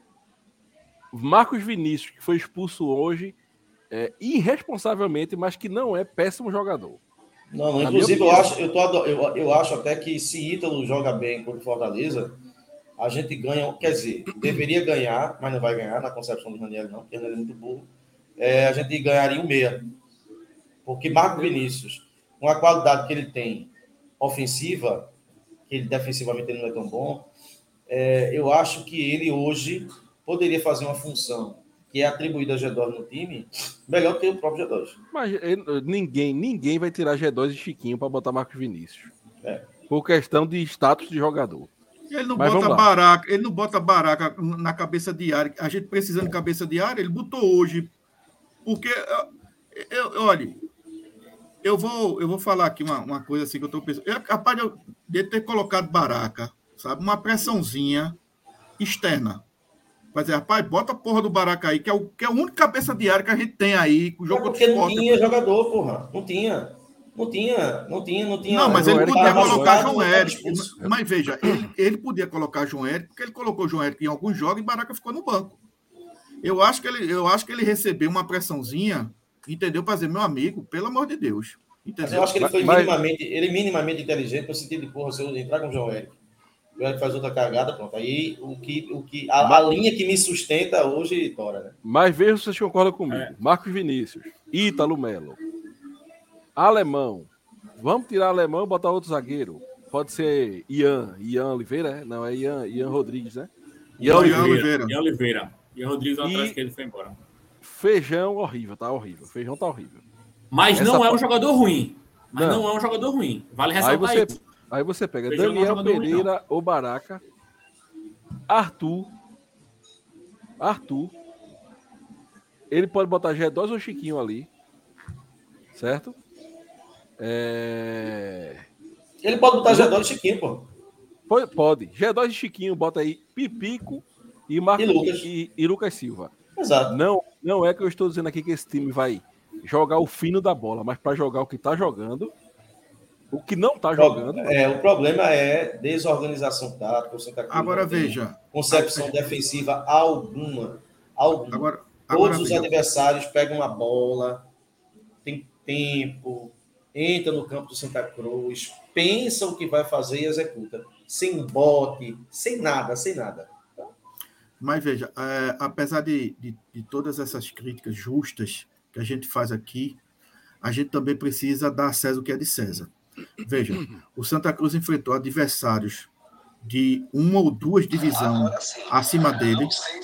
Marcos Vinícius, que foi expulso hoje, é, irresponsavelmente, mas que não é péssimo jogador. Não, não inclusive eu acho, eu, tô, eu, eu acho até que se Ítalo joga bem contra o Fortaleza, a gente ganha, quer dizer, deveria ganhar, mas não vai ganhar na concepção do Ranieri, não, porque ele é muito burro. É, a gente ganharia um meia. Porque Marco Vinícius, com a qualidade que ele tem ofensiva, que ele defensivamente ele não é tão bom, é, eu acho que ele hoje poderia fazer uma função que é atribuída a G dois no time, melhor que o próprio G dois. Mas ele, ninguém, ninguém vai tirar G dois e Chiquinho para botar Marcos Vinícius. É. Por questão de status de jogador. Ele não Mas bota baraca, ele não bota baraca na cabeça de área. A gente precisando de cabeça de área, ele botou hoje. Porque, eu, eu, olha, eu vou, eu vou falar aqui uma, uma coisa assim que eu estou pensando. Eu, capaz de, de ter colocado baraca, sabe? Uma pressãozinha externa. Mas, rapaz, bota a porra do baraca aí, que é o, que é a única cabeça de área que a gente tem aí. O jogo é porque não tinha jogador, porra. Não tinha. Não tinha, não tinha, não tinha. Não, mas João ele Érico podia tava colocar machucado, João não tava Érico. expulso. Mas veja, ele, ele podia colocar João Érico, porque ele colocou João Érico em alguns jogos e Baraca ficou no banco. Eu acho que ele, eu acho que ele recebeu uma pressãozinha, entendeu? Para dizer, meu amigo, pelo amor de Deus. Mas eu Entendeu? acho que ele foi Mas- minimamente, ele minimamente inteligente no sentido de, porra, se eu entrar com o João Érico, o Érico faz outra cagada, pronto. Aí o que, o que, a, a linha que me sustenta hoje, Tora, né? Mas veja se vocês concordam comigo. É. Marcos Vinícius, Ítalo Melo, Alemão. Vamos tirar Alemão e botar outro zagueiro. Pode ser Ian, Ian Oliveira, é? Não, é Ian, Ian Rodrigues, né? Ian Ian Oliveira. Oliveira. E Oliveira. E Rodrigues E- atrás que ele foi embora. Feijão horrível, tá horrível. Feijão tá horrível. Mas Essa não é um pa- jogador ruim. Mas não. Não. é um jogador ruim. Vale Aí ressaltar você, isso. aí você pega Feijão não é Daniel jogador ruim, Pereira ou Baraca, Arthur, Arthur. Ele pode botar G dois ou Chiquinho ali, certo? É... Ele pode botar G dois e Chiquinho, pô. Pode, pode. G dois e Chiquinho, bota aí Pipico e, Marco, E Lucas. e, e Lucas Silva. Exato. Não, não é que eu estou dizendo aqui que esse time vai jogar o fino da bola, mas para jogar o que tá jogando, o que não tá jogando. É, o problema é desorganização tática. o Santa Cruz Agora não tem veja. Concepção defensiva alguma. alguma. Agora, agora Todos os veja. adversários pegam a bola, tem tempo, entra no campo do Santa Cruz, pensa o que vai fazer e executa. Sem bote, sem nada, sem nada. Mas veja, é, apesar de, de, de todas essas críticas justas que a gente faz aqui, a gente também precisa dar a César o que é de César. Veja, o Santa Cruz enfrentou adversários de uma ou duas divisões acima dele.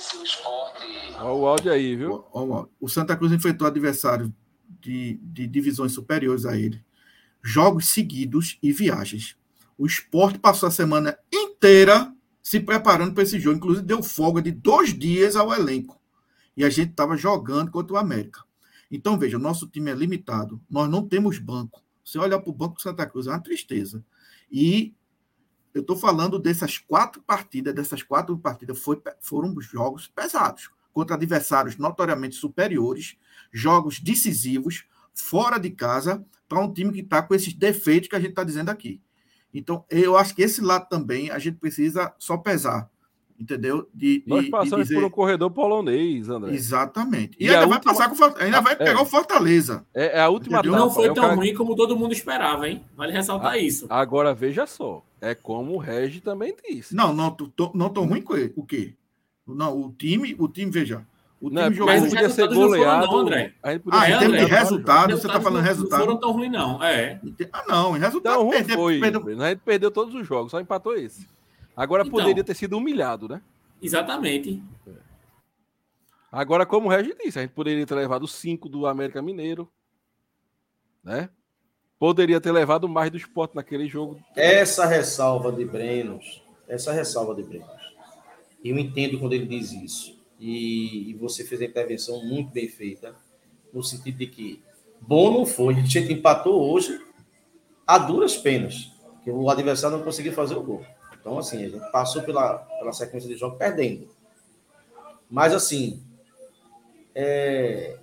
Olha o áudio aí, viu? O, o, o Santa Cruz enfrentou adversários de, de divisões superiores a ele. Jogos seguidos e viagens. O Sport passou a semana inteira se preparando para esse jogo. Inclusive, deu folga de dois dias ao elenco. E a gente estava jogando contra o América. Então, veja, o nosso time é limitado. Nós não temos banco. Você olhar para o banco do Santa Cruz, é uma tristeza. E eu estou falando dessas quatro partidas, dessas quatro partidas foi, foram jogos pesados, contra adversários notoriamente superiores, jogos decisivos, fora de casa, para um time que está com esses defeitos que a gente está dizendo aqui. Então, eu acho que esse lado também a gente precisa só pesar, entendeu? De, de, Nós passamos de dizer... por um corredor polonês, André. Exatamente. E, E ainda a vai última... passar com ainda vai pegar é. o Fortaleza. É, é a última Entendeu? etapa. Não foi é o tão cara... ruim como todo mundo esperava, hein? Vale ressaltar Ah, isso. Agora, veja só. É como o Regi também disse. Não, não, tô, não tão ruim com ele. O quê? Não, o time, o time, veja. O time Não, jogou. mas mas os podia ser resultados não foram goleado. não, André. A gente podia Ah, ser em termos de goleado, resultado, cara. você está falando não, resultado. Não foram tão ruins, não. É. Ah, não, em resultado. Então, ruim Perder, foi. perder... A gente perdeu todos os jogos, só empatou esse. Agora Então. poderia ter sido humilhado, né? Exatamente. Agora, como o Regi disse, a gente poderia ter levado cinco do América Mineiro, né? Poderia ter levado mais do Sport naquele jogo. Essa ressalva de Brenos, essa ressalva de Brenos, eu entendo quando ele diz isso. E, e você fez a intervenção muito bem feita, no sentido de que bom não foi. A gente empatou hoje a duras penas, que o adversário não conseguiu fazer o gol. Então, assim, a gente passou pela, pela sequência de jogo perdendo. Mas, assim, é...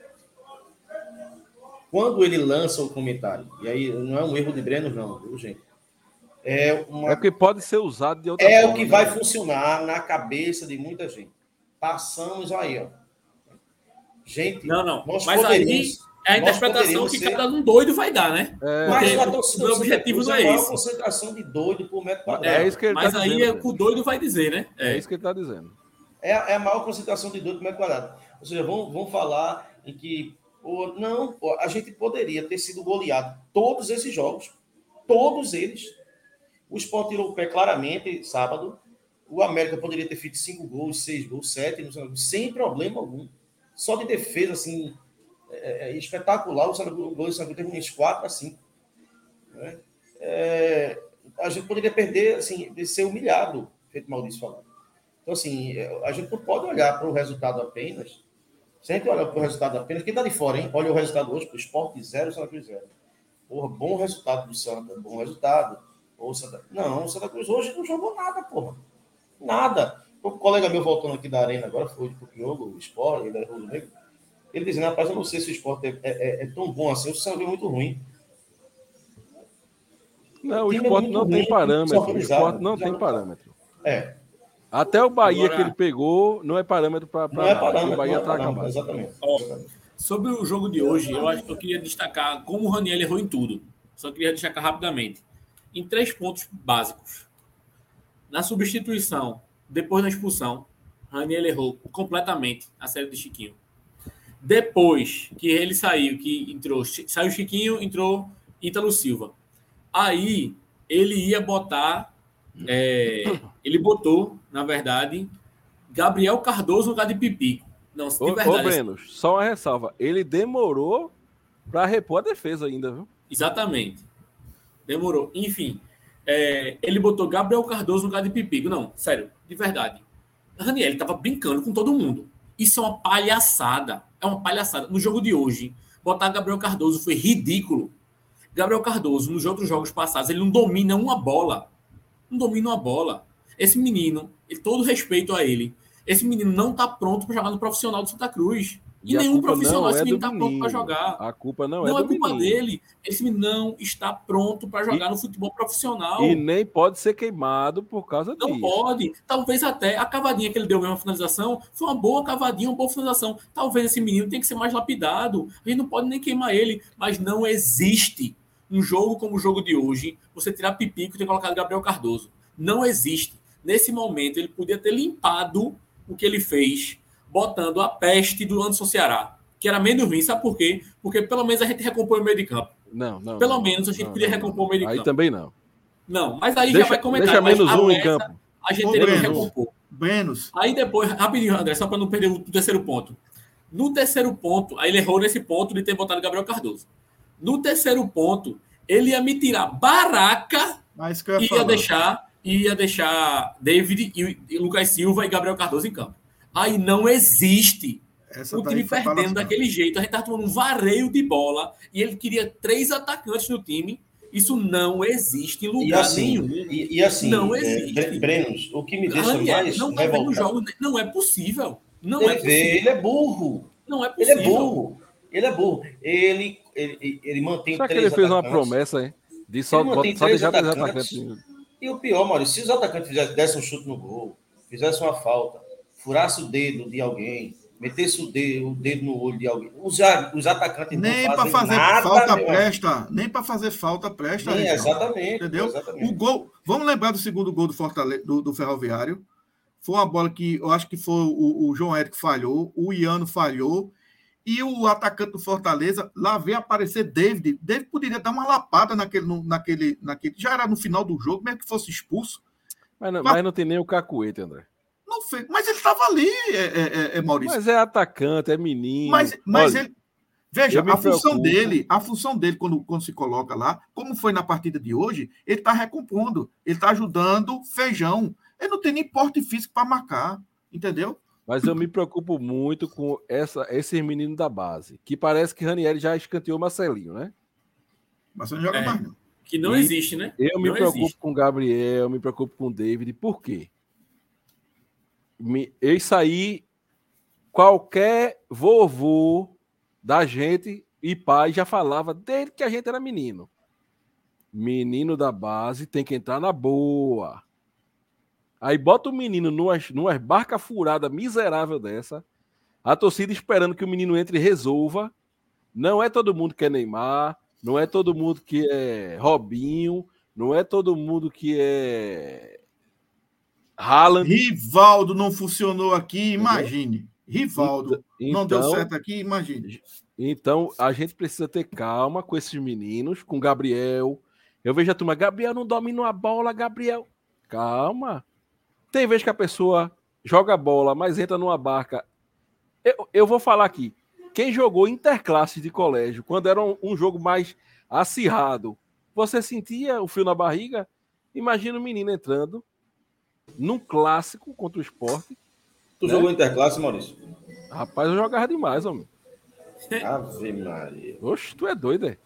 quando ele lança o comentário, e aí não é um erro de Breno, não, viu, gente? É, uma... É porque pode ser usado de outra é forma. o que né? vai funcionar na cabeça de muita gente. Passamos aí, ó. Gente, Não, não. nós Mas aí poderíamos, é a nós interpretação poderíamos que ser- cada um doido vai dar, né? É, Mas Porque a torcida o do objetivo Santa Cruz não é é a maior esse. concentração de doido por metro quadrado. É isso que ele Mas tá aí dizendo. é o velho. que o doido vai dizer, né? É isso que ele está dizendo. É, é a maior concentração de doido por metro quadrado. Ou seja, vamos, vamos falar em que pô, não, pô, a gente poderia ter sido goleado todos esses jogos. Todos eles. O Sport tirou o pé claramente sábado. O América poderia ter feito cinco gols, seis gols, sete, sem problema algum. Só de defesa, assim, é, é espetacular. O Santa Cruz- o gol do Santa Cruz teve uns quatro a cinco. Né? É, a gente poderia perder, assim, de ser humilhado, feito Maurício falou. Então, assim, a gente não pode olhar para o resultado apenas. Se a gente olhar para o resultado apenas, quem está de fora, hein? Olha o resultado hoje, o Sport zero, o Santa Cruz zero. Porra, bom resultado do Santa, bom resultado. Ou Santa... Não, o Santa Cruz hoje não jogou nada, porra. Nada. O colega meu voltando aqui da Arena agora, foi pro jogo, o Sport, ele é rubro negro. Ele dizendo, rapaz, eu não sei se o Sport é, é, é tão bom assim, o Santa Cruz é muito ruim. Não, o, o esporte não tem parâmetro. O esporte não tem parâmetro. É. Até o Bahia Agora, que ele pegou não é parâmetro para. Não é parâmetro. O Bahia está é acabado. Exatamente. Ó, sobre o jogo de hoje, eu acho que eu queria destacar como o Raniel errou em tudo. Só queria destacar rapidamente. Em três pontos básicos. Na substituição, depois da expulsão, Raniel errou completamente a série de Chiquinho. Depois que ele saiu, que entrou, saiu Chiquinho, entrou Ítalo Silva. Aí ele ia botar, é, ele botou, na verdade, Gabriel Cardoso no lugar de Pipico. Não, de Ô, verdade. ô Breno, assim, só uma ressalva. Ele demorou para repor a defesa ainda, viu? Exatamente. Demorou. Enfim, é, ele botou Gabriel Cardoso no lugar de Pipico. Não, sério, de verdade. Raniel estava brincando com todo mundo. Isso é uma palhaçada. É uma palhaçada. No jogo de hoje, botar Gabriel Cardoso foi ridículo. Gabriel Cardoso, nos outros jogos passados, ele não domina uma bola. Não domina uma bola. Esse menino, e todo respeito a ele, esse menino não está pronto para jogar no profissional do Santa Cruz. E, e nenhum profissional, esse menino está pronto para jogar. A culpa não, não é do Não é culpa menino. dele. Esse menino não está pronto para jogar e, no futebol profissional. E nem pode ser queimado por causa não disso. Não pode. Talvez até a cavadinha que ele deu mesmo, a finalização, foi uma boa cavadinha, uma boa finalização. Talvez esse menino tenha que ser mais lapidado. A gente não pode nem queimar ele. Mas não existe um jogo como o jogo de hoje, você tirar Pipico e ter colocado Gabriel Cardoso. Não existe. Nesse momento, ele podia ter limpado o que ele fez, botando a peste do Anderson Ceará, que era menos ruim. Sabe por quê? Porque pelo menos a gente recompõe o meio de campo. Não, não. Pelo não, menos a gente não, podia não, recompor o meio de aí campo. Aí também não. Não, mas aí deixa, já vai comentar. Deixa menos um em peça, campo. A gente Ô, teria que Brenos, recompor. Brenos. Aí depois, rapidinho, André, só para não perder o terceiro ponto. No terceiro ponto, aí ele errou nesse ponto de ter botado Gabriel Cardoso. No terceiro ponto, ele ia me tirar Baraca Mas que eu ia e ia falar. deixar, ia deixar David e, e Lucas Silva e Gabriel Cardoso em campo. Aí não existe Essa o time perdendo daquele jeito. A gente estava tomando um vareio de bola e ele queria três atacantes no time. Isso não existe em lugar e assim, nenhum. E, e assim, não existe. É, Brenos, o que me deixa Raniel, mais não tá vendo o jogo, não é possível. Não ele é possível. Vê, ele é burro. Não é possível. Ele é burro. Ele é burro. Ele, ele, ele mantém Será três que ele fez atacantes. uma promessa, hein? De só, bota, só três deixar três atacantes. atacantes. E o pior, Maurício, se os atacantes fizessem, dessem um chute no gol, fizessem uma falta, furasse o dedo de alguém, metesse o dedo, o dedo no olho de alguém, os, os atacantes nem não para fazem fazer nada, falta presta, nem para fazer falta presta. Nem, exatamente. Entendeu? Exatamente. O gol, vamos lembrar do segundo gol do, Fortaleza, do, do Ferroviário. Foi uma bola que eu acho que foi o, o João Érico falhou, o Iano falhou, e o atacante do Fortaleza, lá veio aparecer David. David poderia dar uma lapada naquele, naquele, naquele. Já era no final do jogo, mesmo que fosse expulso. Mas não, mas não tem nem o cacuete, André. Não fez, mas ele estava ali, é, é, é, Maurício. Mas é atacante, é menino. Mas, mas Olha, ele. Veja, a função preocupo. dele, a função dele, quando, quando se coloca lá, como foi na partida de hoje, ele está recompondo, ele está ajudando Feijão. Ele não tem nem porte físico para marcar, entendeu? Mas eu me preocupo muito com essa, esses meninos da base, que parece que Ranieri já escanteou Marcelinho, né? Mas você não joga É. mais, não. Que não E existe, né? Eu me não preocupo existe. com o Gabriel, me preocupo com o David. Por quê? Me, isso aí, qualquer vovô da gente e pai já falava desde que a gente era menino. Menino da base tem que entrar na boa. Aí bota o menino numa, numa barca furada miserável dessa, a torcida esperando que o menino entre e resolva. Não é todo mundo que é Neymar, não é todo mundo que é Robinho, não é todo mundo que é Haaland. Rivaldo não funcionou aqui, imagine. Rivaldo então, não deu certo aqui, imagine. Então, a gente precisa ter calma com esses meninos, com Gabriel. Eu vejo a turma, Gabriel não domina a bola, Gabriel. Calma. Tem vez que a pessoa joga bola, mas entra numa barca. Eu, eu vou falar aqui. Quem jogou interclasses de colégio, quando era um, um jogo mais acirrado, você sentia o frio na barriga? Imagina o menino entrando num clássico contra o Sport. Tu né? jogou interclasse, Maurício? Rapaz, eu jogava demais, homem. Ave Maria. Oxe, tu é doido, é?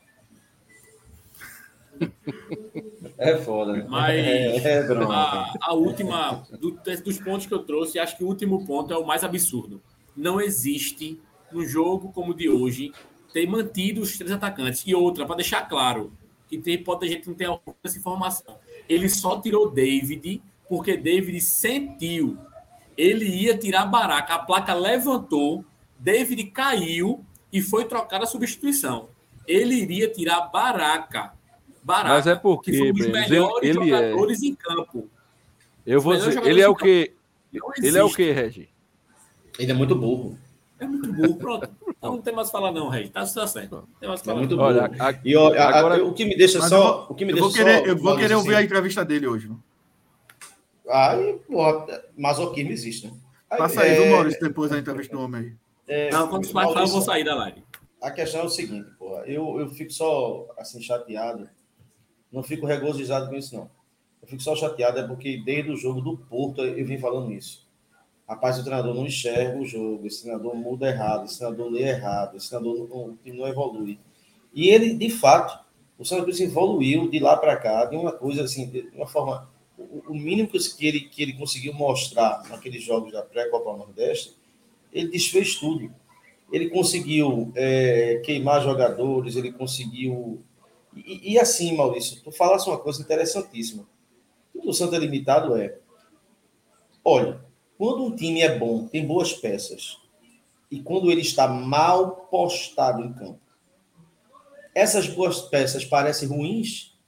É foda, né? Mas é, é a, a última, do, dos pontos que eu trouxe, acho que o último ponto é o mais absurdo. Não existe, num jogo como o de hoje, ter mantido os três atacantes. E outra, para deixar claro, que tem, pode ter gente que não tem essa informação. Ele só tirou David porque David sentiu. Ele ia tirar Baraca. A placa levantou, David caiu e foi trocada a substituição. Ele iria tirar Baraca. Baraca, Mas é porque, que foi um dos Brenos, melhores ele, ele jogadores é... em campo. Eu vou dizer, ele é o quê? Ele é o quê, Regi? Ele é muito burro. É muito burro, pronto. Então não tem mais o que falar não, Regi. Tá, tá certo. Não tem mais o que É falar. muito não. burro. Olha, a- E ó, a- agora- a- o que me deixa Mas só... eu vou- o que me Eu deixa vou querer, só, eu vou Maurício, querer ouvir assim, a entrevista dele hoje. viu? Aí, pô, masoquismo existe, né? Aí, Passa aí, é, viu, Maurício, depois a entrevista do homem aí. é, Não, quando você vai falar, eu vou sair da live. A questão é o seguinte, porra, eu, eu fico só, assim, chateado, não fico regozijado com isso, não. Eu fico só chateado, é porque desde o jogo do Porto eu vim falando isso. Rapaz, o treinador não enxerga o jogo, esse treinador muda errado, esse treinador lê errado, esse treinador não, o time não evolui. E ele, de fato, o Santa Cruz evoluiu de lá para cá, de uma coisa assim, de uma forma... O, o mínimo que ele, que ele conseguiu mostrar naqueles jogos da pré-Copa Nordeste, ele desfez tudo. Ele conseguiu é, queimar jogadores, ele conseguiu... E, e assim, Maurício, tu falasse uma coisa interessantíssima. Tudo o Santa limitado é... Olha, quando um time é bom, tem boas peças, e quando ele está mal postado em campo, essas boas peças parecem ruins?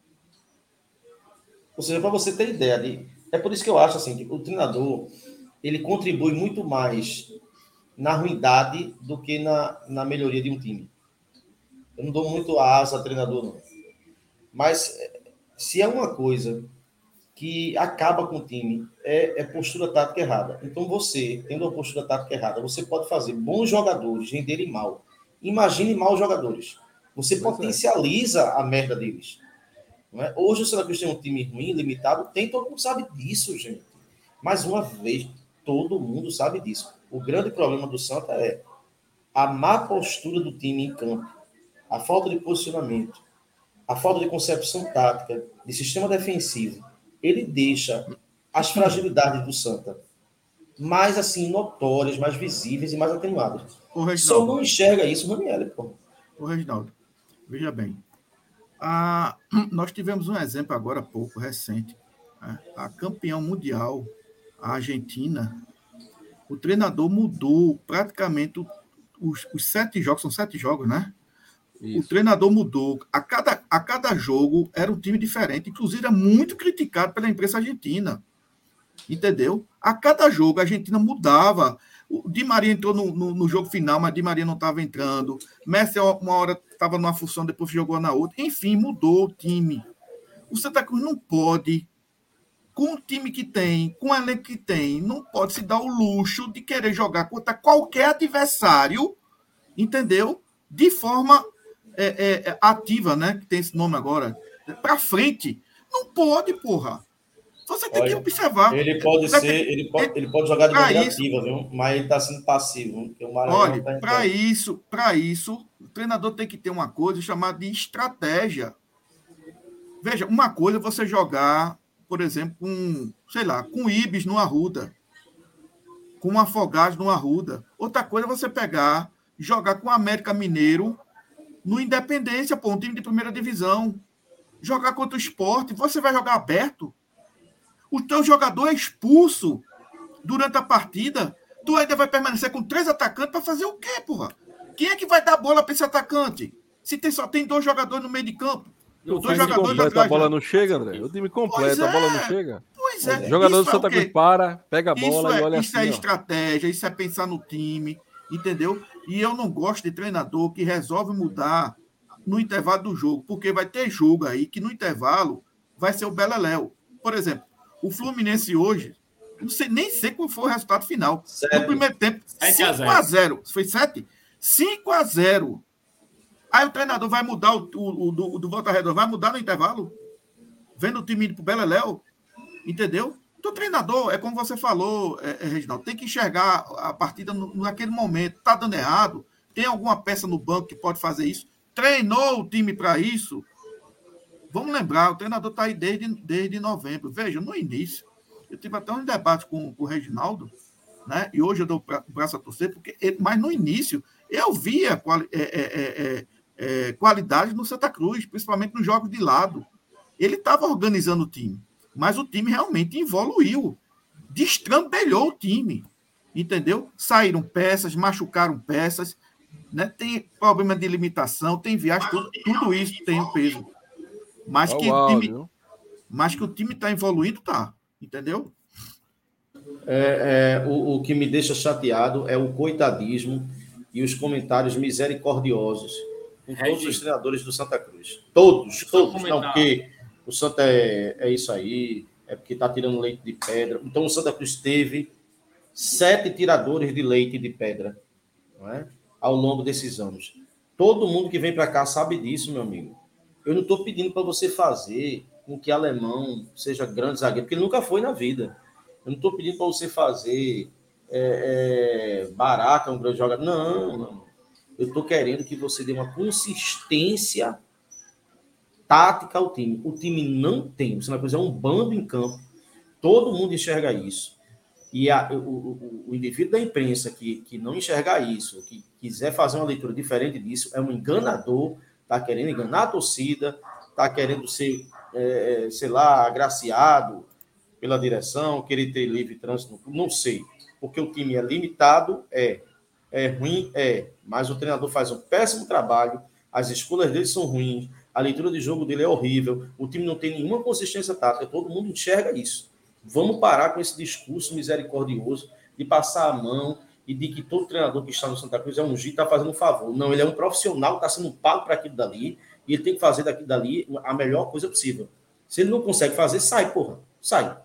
Ou seja, para você ter ideia, de, é por isso que eu acho assim, que o treinador ele contribui muito mais na ruindade do que na, na melhoria de um time. Eu não dou muito asa a treinador, não. Mas se é uma coisa que acaba com o time, é, é postura tática errada. Então você, tendo uma postura tática errada, você pode fazer bons jogadores renderem mal. Imagine maus jogadores. Você Pois potencializa é. a merda deles. Não é? Hoje o Santa Cruz tem um time ruim, limitado, tem, todo mundo sabe disso, gente. Mais uma vez, todo mundo sabe disso. O grande problema do Santa é a má postura do time em campo, a falta de posicionamento, a falta de concepção tática, de sistema defensivo. Ele deixa as fragilidades do Santa mais assim notórias, mais visíveis e mais atenuadas. Só não enxerga isso o Ranieri, pô. Ô, Reginaldo, veja bem. Ah, nós tivemos um exemplo agora há pouco, recente. Né? A campeã mundial, a Argentina, o treinador mudou praticamente os, os sete jogos, são sete jogos, né? Isso. O treinador mudou. A cada, a cada jogo era um time diferente. Inclusive, é muito criticado pela imprensa argentina. Entendeu? A cada jogo, a Argentina mudava. O Di Maria entrou no, no, no jogo final, mas Di Maria não estava entrando. Messi, uma hora, estava numa função, depois jogou na outra. Enfim, mudou o time. O Santa Cruz não pode, com o time que tem, com o elenco que tem, não pode se dar o luxo de querer jogar contra qualquer adversário, entendeu? De forma é, é, ativa, né? Que tem esse nome agora. Para frente. Não pode, porra. Você tem Olha, que observar. Ele pode ser, ele pode, ele pode jogar de maneira ativa, viu? Mas ele está sendo passivo. Porque o Olha, tá para isso, para isso, o treinador tem que ter uma coisa chamada de estratégia. Veja, uma coisa é você jogar, por exemplo, com, sei lá, com Ibis no Arruda, com um Afogados no Arruda. Outra coisa é você pegar, jogar com o América Mineiro no Independência, pô, um time de primeira divisão. Jogar contra o Sport, você vai jogar aberto. O teu jogador é expulso durante a partida, tu ainda vai permanecer com três atacantes para fazer o quê, porra? Quem é que vai dar bola para esse atacante? Se tem, só tem dois jogadores no meio de campo. O dois time jogadores completo, atrás, a bola né? não chega, André. O time completo, é, a bola não chega. Pois é. O jogador Isso do Santa é Cruz para, pega a bola isso e olha é, assim. Isso é ó. estratégia, isso é pensar no time, entendeu? E eu não gosto de treinador que resolve mudar no intervalo do jogo, porque vai ter jogo aí que no intervalo vai ser o beleléu. Por exemplo, o Fluminense hoje, não sei, nem sei qual foi o resultado final. Sete. No primeiro tempo, cinco a zero. Foi sete? cinco a zero. Aí o treinador vai mudar, o, o, o do, do Volta Redonda, vai mudar no intervalo, vendo o time indo pro beleléu, entendeu? Então, o treinador, é como você falou, é, é, Reginaldo, tem que enxergar a partida no, naquele momento. Tá dando errado? Tem alguma peça no banco que pode fazer isso? Treinou o time para isso? Vamos lembrar, o treinador está aí desde, desde novembro. Veja, no início, eu tive até um debate com, com o Reginaldo, né? E hoje eu dou o braço a torcer, porque ele, mas no início eu via quali, é, é, é, é, qualidade no Santa Cruz, principalmente nos jogos de lado. Ele estava organizando o time, mas o time realmente evoluiu, destrambelhou o time, entendeu? Saíram peças, machucaram peças, né? Tem problema de limitação, tem viagem, tudo, tudo isso tem um peso. Mas Ó que o o time, áudio. mas que o time está evoluindo, tá, entendeu? É, é, o, o que me deixa chateado é o coitadismo e os comentários misericordiosos com todos Regi. os treinadores do Santa Cruz. Todos, Deixa eu todos. comentar. Não, porque o Santa é, é isso aí, é porque está tirando leite de pedra. Então o Santa Cruz teve sete tiradores de leite de pedra, não é? Ao longo desses anos. Todo mundo que vem para cá sabe disso, meu amigo. Eu não estou pedindo para você fazer com que Alemão seja grande zagueiro, porque ele nunca foi na vida. Eu não estou pedindo para você fazer é, é, Barata, um grande jogador. Não, não. Eu estou querendo que você dê uma consistência tática ao time. O time não tem. Você vai fazer um bando em campo. Todo mundo enxerga isso. E a, o, o, o indivíduo da imprensa que, que não enxergar isso, que quiser fazer uma leitura diferente disso, é um enganador, está querendo enganar a torcida, está querendo ser, é, sei lá, agraciado pela direção, querer ter livre trânsito, não sei. Porque o time é limitado, é. É ruim, é. Mas o treinador faz um péssimo trabalho, as escolhas dele são ruins, a leitura de jogo dele é horrível, o time não tem nenhuma consistência tática, todo mundo enxerga isso. Vamos parar com esse discurso misericordioso de passar a mão e de que todo treinador que está no Santa Cruz é um G, está fazendo um favor. Não, ele é um profissional, está sendo pago para aquilo dali, e ele tem que fazer daquilo dali a melhor coisa possível. Se ele não consegue fazer, sai, porra. Sai.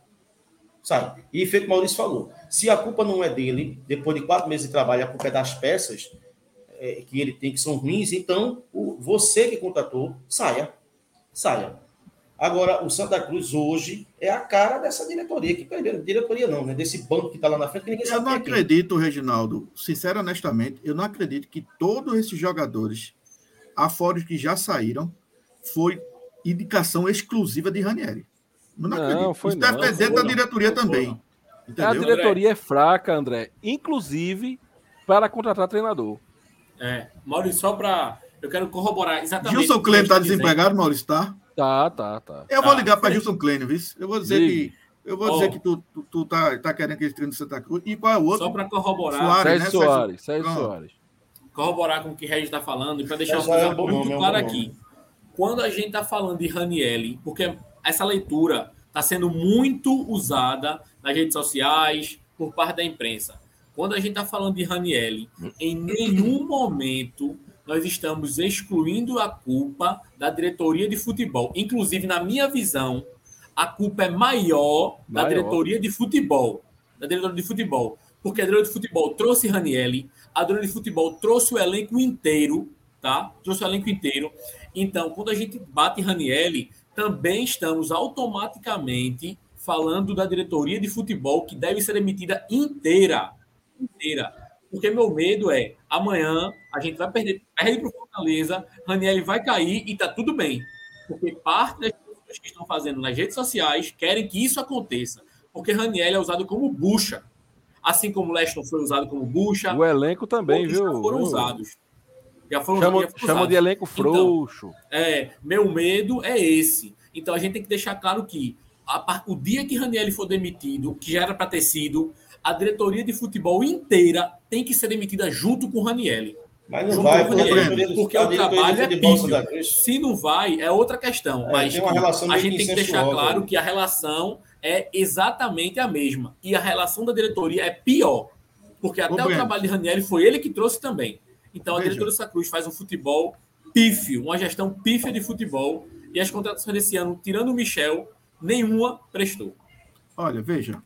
Sai. E feito o Maurício falou, se a culpa não é dele, depois de quatro meses de trabalho, a culpa é das peças é, que ele tem que são ruins, então o, você que contratou, saia. Saia. Agora, o Santa Cruz hoje é a cara dessa diretoria, que perdeu. Diretoria não, né? Desse banco que está lá na frente, que ninguém sabe. Eu não acredito, Reginaldo, sinceramente, honestamente, eu não acredito que todos esses jogadores, afora os que já saíram, foi indicação exclusiva de Ranieri. Não, não acredito. Não, foi Isso não. deve ter dentro da diretoria também. A Entendeu? diretoria é fraca, André, inclusive para contratar treinador. É, Maurício, só para... Eu quero corroborar exatamente... Gilson Klein está desempregado, Maurício, tá? Tá, tá, tá. Eu Tá. vou ligar para Gilson Klein, viu? Eu vou dizer Ligue. que eu vou Ó. dizer que tu, tu, tu tá, tá querendo que ele treine no Santa Cruz. E qual é o outro? Só para corroborar, Suárez. Sérgio né, Soares, Sérgio? Sérgio Pronto. Soares. corroborar com o que o Regis está falando, e para deixar uma Essa é coisa um bom muito nome, é um clara bom aqui. Quando a gente está falando de Ranieri, porque essa leitura está sendo muito usada nas redes sociais, por parte da imprensa. Quando a gente está falando de Ranieri, em nenhum momento nós estamos excluindo a culpa da diretoria de futebol. Inclusive, na minha visão, a culpa é maior, Maior. da diretoria de futebol. Da diretoria de futebol. Porque a diretoria de futebol trouxe Ranieri, a diretoria de futebol trouxe o elenco inteiro, tá? Trouxe o elenco inteiro. Então, quando a gente bate Ranieri, também estamos automaticamente falando da diretoria de futebol que deve ser emitida inteira. Inteira. Porque meu medo é, amanhã a gente vai perder, perde para o Fortaleza, Ranieri vai cair e tá tudo bem. Porque parte das pessoas que estão fazendo nas redes sociais querem que isso aconteça. Porque Ranieri é usado como bucha. Assim como o Leston foi usado como bucha. O elenco também, outros viu? Já foram viu? usados. Já foram, Chama, já foram chama usados. de elenco frouxo. Então, é, meu medo é esse. Então a gente tem que deixar claro que a par... o dia que Ranieri for demitido, que já era para ter sido, a diretoria de futebol inteira tem que ser demitida junto com o Ranieri. Mas não Junto vai, com o porque, Ranieri, porque o trabalho é pífio. Cruz, Se não vai, é outra questão. É, mas tem uma relação a meio gente tem que deixar incestuosa, claro né? que a relação é exatamente a mesma. E a relação da diretoria é pior. Porque até Ô, o Breno. trabalho de Ranieri foi ele que trouxe também. Então a Veja. diretoria do Santa Cruz faz um futebol pífio, uma gestão pífia de futebol. E as contratações desse ano, tirando o Michel, nenhuma prestou. Olha, veja,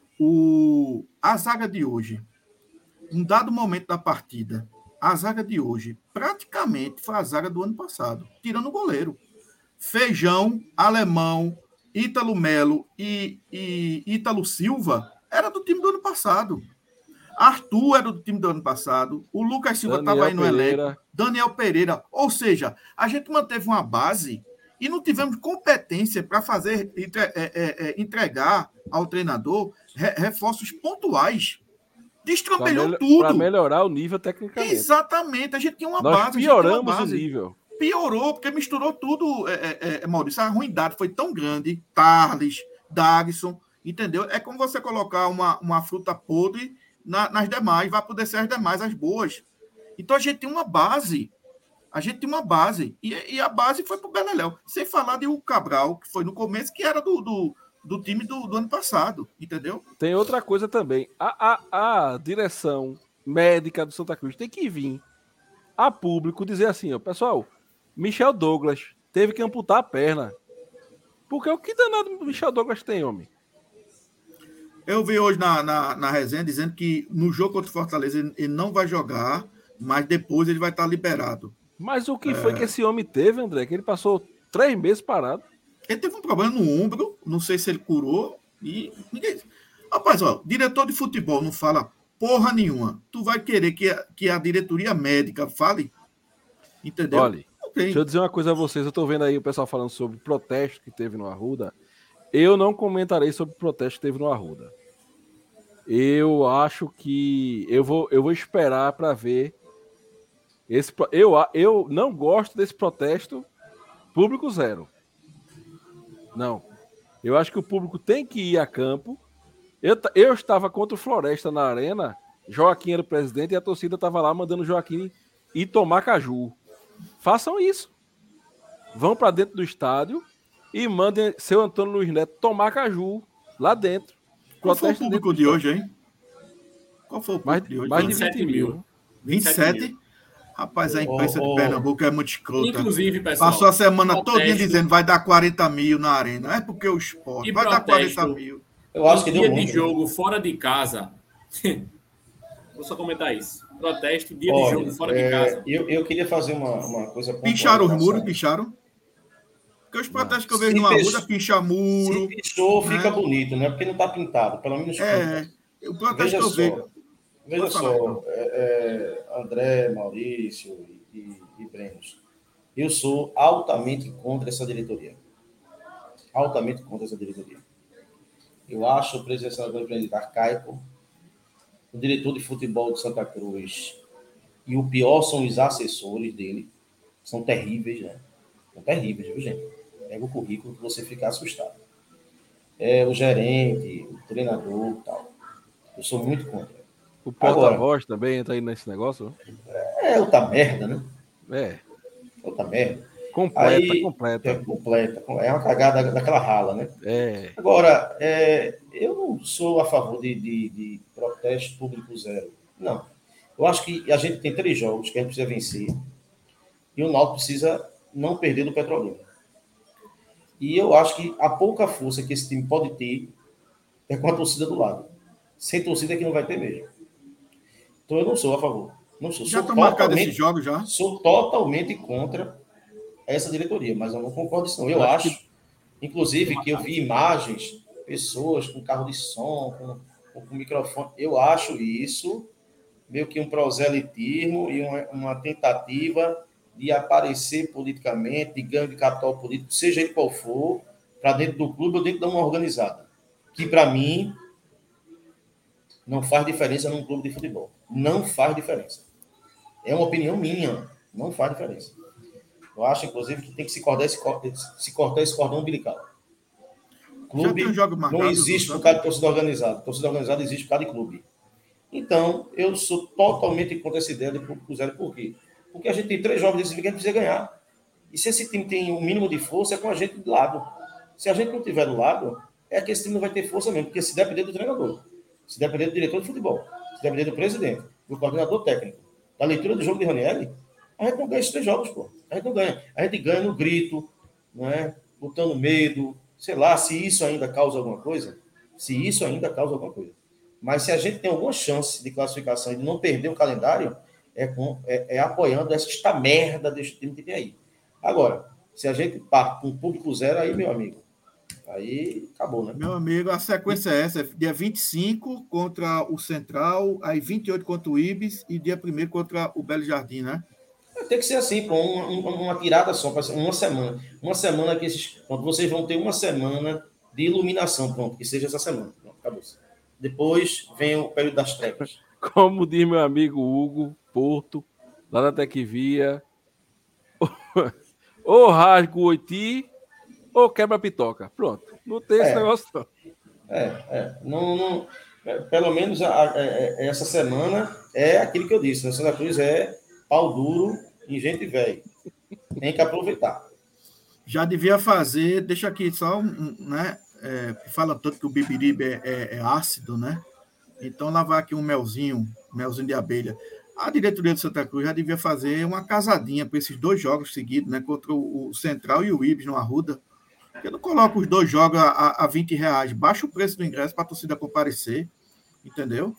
o... a zaga de hoje, um dado momento da partida, a zaga de hoje praticamente foi a zaga do ano passado, tirando o goleiro. Feijão, Alemão, Ítalo Melo e, e Ítalo Silva era do time do ano passado. Arthur era do time do ano passado, o Lucas Silva estava aí no Pereira. elenco, Daniel Pereira. Ou seja, a gente manteve uma base e não tivemos competência para fazer entre, é, é, é, entregar ao treinador re, reforços pontuais. Destrambelhou pra tudo. Para melhorar o nível tecnicamente. Exatamente. A gente tinha uma Nós base. pioramos uma base. o nível. Piorou, porque misturou tudo, é, é, é, Maurício. A ruindade foi tão grande. Tarles, Dagson, entendeu? É como você colocar uma, uma fruta podre na, nas demais, vai poder ser as demais, as boas. Então a gente tem uma base. A gente tem uma base. E, e a base foi pro Beleléu. Sem falar de o Cabral, que foi no começo, que era do, do, do time do, do ano passado, entendeu? Tem outra coisa também. A, a, a direção médica do Santa Cruz tem que vir a público dizer assim, ó, pessoal, Michel Douglas teve que amputar a perna. Porque o que danado Michel Douglas tem, homem? Eu vi hoje na, na, na resenha dizendo que no jogo contra o Fortaleza ele, ele não vai jogar, mas depois ele vai estar liberado. Mas o que é... foi que esse homem teve, André? Que ele passou três meses parado. Ele teve um problema no ombro, não sei se ele curou, e ninguém... Rapaz, ó, diretor de futebol não fala porra nenhuma. Tu vai querer que a, que a diretoria médica fale? Entendeu? Olha, deixa eu dizer uma coisa a vocês. Eu tô vendo aí o pessoal falando sobre o protesto que teve no Arruda. Eu não comentarei sobre o protesto que teve no Arruda. Eu acho que eu vou, eu vou esperar para ver esse, eu, eu não gosto desse protesto público zero. Não. Eu acho que o público tem que ir a campo. Eu, eu estava contra o Floresta na arena, Joaquim era o presidente e a torcida estava lá mandando o Joaquim ir tomar caju. Façam isso. Vão para dentro do estádio e mandem seu Antônio Luiz Neto tomar caju lá dentro. Qual foi o público de hoje, hein? Qual foi o público mais, de hoje? Mais de vinte mil. vinte e sete? Rapaz, a imprensa oh, oh. de Pernambuco é muito escrota. Inclusive, pessoal... Passou a semana toda dizendo vai dar quarenta mil na arena. É porque o esporte vai dar quarenta mil. Eu acho que dia deu de muito, jogo né? Fora de casa... Vou só comentar isso. Protesto, dia Olha, de jogo fora é, de casa. Eu, eu queria fazer uma, uma coisa... Picharam os muros, picharam? Porque os protestos que eu vejo no Arruda, picha muro. Se pichou, né? Fica bonito, né? Porque não está pintado, pelo menos... É, o protesto que eu vejo... Veja Pode só, é, é, André, Maurício e, e, e Brenos, eu sou altamente contra essa diretoria. Altamente contra essa diretoria. Eu acho o presidente do presidente arcaico, o diretor de futebol de Santa Cruz, e o pior são os assessores dele. São terríveis, né? São terríveis, viu, gente? Pega o currículo que você fica assustado. É, o gerente, o treinador e tal. Eu sou muito contra. O porta-voz também entra aí nesse negócio? É outra merda, né? É. Outra merda. Completa, aí, completa. É completa. É uma cagada daquela rala, né? É. Agora, é, eu não sou a favor de, de, de protesto público zero. Não. Eu acho que a gente tem três jogos que a gente precisa vencer e o Náutico precisa não perder do Petrolina. E eu acho que a pouca força que esse time pode ter é com a torcida do lado. Sem torcida que não vai ter mesmo. Então eu não sou a favor. Não sou. Já estão marcados esses jogos já? Sou totalmente contra essa diretoria, mas eu não concordo com isso não. Eu acho, acho que... inclusive, que eu vi imagens, pessoas com carro de som, com, com microfone. Eu acho isso meio que um proselitismo e uma, uma tentativa de aparecer politicamente, de ganho de capital político, seja ele qual for, para dentro do clube ou dentro de uma organizada. Que, para mim, não faz diferença num clube de futebol. Não faz diferença. É uma opinião minha. Não faz diferença. Eu acho, inclusive, que tem que se cortar esse, se cortar esse cordão umbilical. Clube um jogo marcado, não existe por causa de torcida organizada. Torcida organizada existe por causa de clube. Então, eu sou totalmente contra essa ideia de público zero. Por quê? Porque a gente tem três jogos desse que a gente precisa ganhar. E se esse time tem um mínimo de força, é com a gente do lado. Se a gente não tiver do lado, é que esse time não vai ter força mesmo. Porque se depender do treinador, se depender do diretor de futebol, se depender do presidente, do coordenador técnico, da leitura do jogo de Ranieri, a gente não ganha esses três jogos, pô. A gente não ganha. A gente ganha no grito, não é? Botando medo, sei lá, se isso ainda causa alguma coisa, se isso ainda causa alguma coisa. Mas se a gente tem alguma chance de classificação e de não perder o calendário, é, com, é, é apoiando esta merda desse time que tem aí. Agora, se a gente parte com um público zero, aí, meu amigo, aí acabou, né? Meu amigo, a sequência é essa. Dia vinte e cinco contra o Central, aí vinte e oito contra o Ibis e dia primeiro contra o Belo Jardim, né? Tem que ser assim, pô, uma, uma, uma tirada só, uma semana. Uma semana que esses, pronto, vocês vão ter uma semana de iluminação, pronto, que seja essa semana. Pronto, acabou. Depois vem o período das trevas. como diz meu amigo Hugo Porto, lá na Tecvia, ou rasga o oiti, ou quebra a pitoca. Pronto. Não tem esse É. negócio, não. É, é. Não, não, é, pelo menos a, a, a, essa semana é aquilo que eu disse, né? Santa Cruz é pau duro e gente velho. Tem que aproveitar. Já devia fazer, deixa aqui só um, né? É, fala tanto que o bibiribe é, é, é ácido, né? Então lá vai aqui um melzinho, melzinho de abelha. A diretoria do Santa Cruz já devia fazer uma casadinha para esses dois jogos seguidos, né? Contra o, o Central e o Ibis no Arruda. Eu não coloco os dois jogos a, a vinte reais. Baixa o preço do ingresso para a torcida comparecer. Entendeu?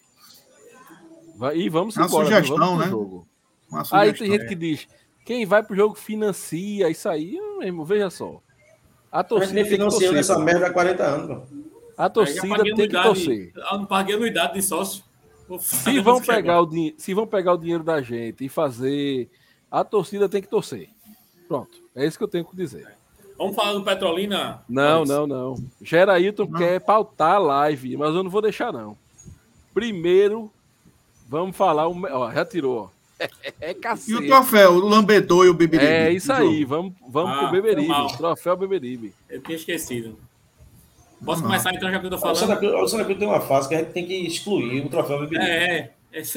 Vai, e vamos Uma embora. sugestão, vamos pro né? jogo. Uma Aí sugestão. tem gente que diz, quem vai pro jogo financia isso aí. Meu irmão, veja só. A A gente torcida vem tem que financiando torcer. essa pô. merda há quarenta anos, mano. A Aí já torcida paguei tem que anuidade. torcer. Eu não paguei anuidade de sócio. Vou Se fazer vão, música pegar agora. o din- se vão pegar o dinheiro da gente e fazer, a torcida tem que torcer. Pronto. É isso que eu tenho que dizer. Vamos falar do Petrolina? Não, Maurício? não, não. Gerailton Não. quer pautar a live, mas eu não vou deixar, não. Primeiro, vamos falar. O... me- Ó, já tirou. Ó. É E o cacete. troféu, o lambedor e o bibiribe? É isso do aí. jogo? Vamos, vamos Ah, pro foi Beberibe. mal. Troféu Beberibe. Eu tinha esquecido. Posso Não. começar então, já que eu tô O Santa falando? Cruz, o Santa Cruz tem uma fase que a gente tem que excluir o troféu Beberibe. É, é.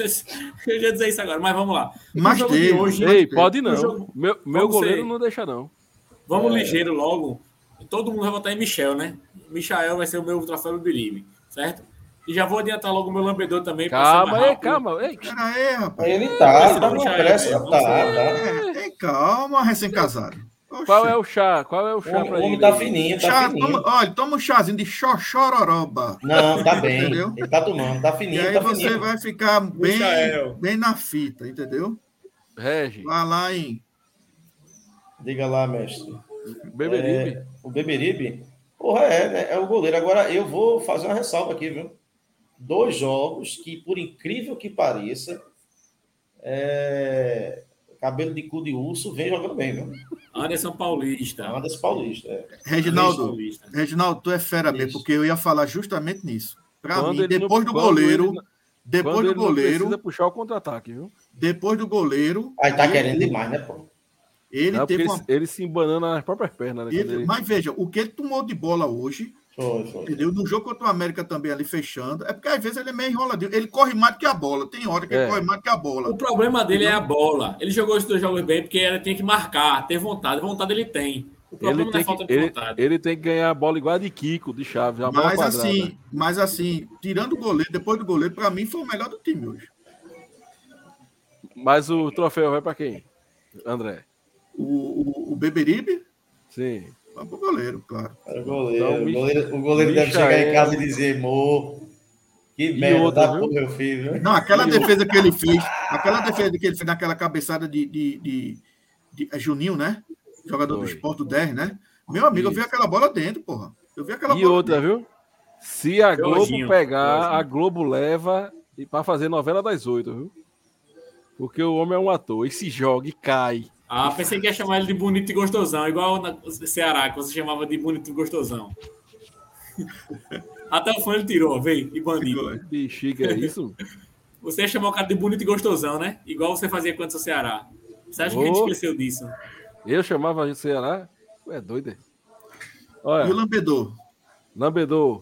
Eu ia dizer isso agora, mas vamos lá. Mas o jogo teve. de hoje. Ei, ter. pode O não. jogo- Meu, meu Vamos goleiro ser- não deixa, não. Vamos É. ligeiro logo. Todo mundo vai votar em Michel, né? Michael vai ser o meu troféu Beberibe, certo? E já vou adiantar logo o meu lambedor também. pra ser Calma, mais ei, rápido. calma. Ei, Pera aí, rapaz. Ele tá, Esse tá não, numa já é, pressa, já, tá, vamos tá. É, tem calma, recém-casado. Oxe. qual é o chá? Qual é o O chá homem, pra o homem ele? tá aí? fininho, tá Chá, fininho. toma, olha, toma um chazinho de xoxororoba. Não, tá bem. Entendeu? Ele tá tomando, tá E fininho, aí tá você fininho. vai ficar bem, Michael. bem na fita, entendeu? Regi, Vai lá em Diga lá, mestre. Beberibe. É, o Beberibe, porra, é, né? É o goleiro. Agora, eu vou fazer uma ressalva aqui, viu? Dois jogos que, por incrível que pareça, é, cabelo de cu de urso vem jogando bem, viu? Anderson Paulista. Anderson Paulista. É. Reginaldo. Paulista. Reginaldo, tu é fera mesmo, Isso. porque eu ia falar justamente nisso. Para Quando mim, ele não- depois do quando goleiro, ele não- depois Quando do ele não goleiro, precisa puxar o contra-ataque, viu? depois do goleiro, Aí tá ele- querendo demais, né, pô? ele Não, porque teve ele, uma ele se embanando nas próprias pernas, né? quando ele- ele- mas veja, o que ele tomou de bola hoje, Foi, foi. entendeu? No jogo contra o América também ali fechando, é porque às vezes ele é meio enroladinho, ele corre mais do que a bola, tem hora que É. ele corre mais do que a bola. O problema dele é a bola. Ele jogou esses dois jogos bem porque ele tem que marcar, ter vontade. Vontade ele tem. O problema Ele não é tem, falta que, de ele, vontade. ele tem que ganhar a bola igual a de Kiko, de Chaves. A bola Mas quadrada. assim, mas assim, tirando o goleiro, depois do goleiro, para mim foi o melhor do time hoje. Mas o troféu vai pra quem? André. O, o, o Beberibe Sim. vai pro goleiro, claro. É o goleiro. Então, o Mich- goleiro, o goleiro deve Michael. chegar em casa e dizer, mo, que merda outra, da viu? porra, meu filho. viu? Não, aquela E defesa que ele fez, aquela defesa que ele fez naquela cabeçada de, de, de, de- é Juninho, né? Jogador do Foi. Sport do dez, né? Meu amigo, eu vi Isso. aquela bola dentro, porra. Eu vi aquela E bola outra, viu? Se a Globo Jorginho, pegar, Jorginho. a Globo leva e para fazer novela das oito, viu? Porque o homem é um ator. E se joga e cai. Ah, pensei que ia chamar ele de bonito e gostosão, igual na Ceará, que você chamava de bonito e gostosão. Até o fã ele tirou, veio, e bandido. Que chique é isso? Você ia chamar o cara de bonito e gostosão, né? Igual você fazia contra o Ceará. Você acha que a gente Ô. esqueceu disso? Eu chamava de Ceará? É doido. é? E o Olha, Lambedor? Lambedor.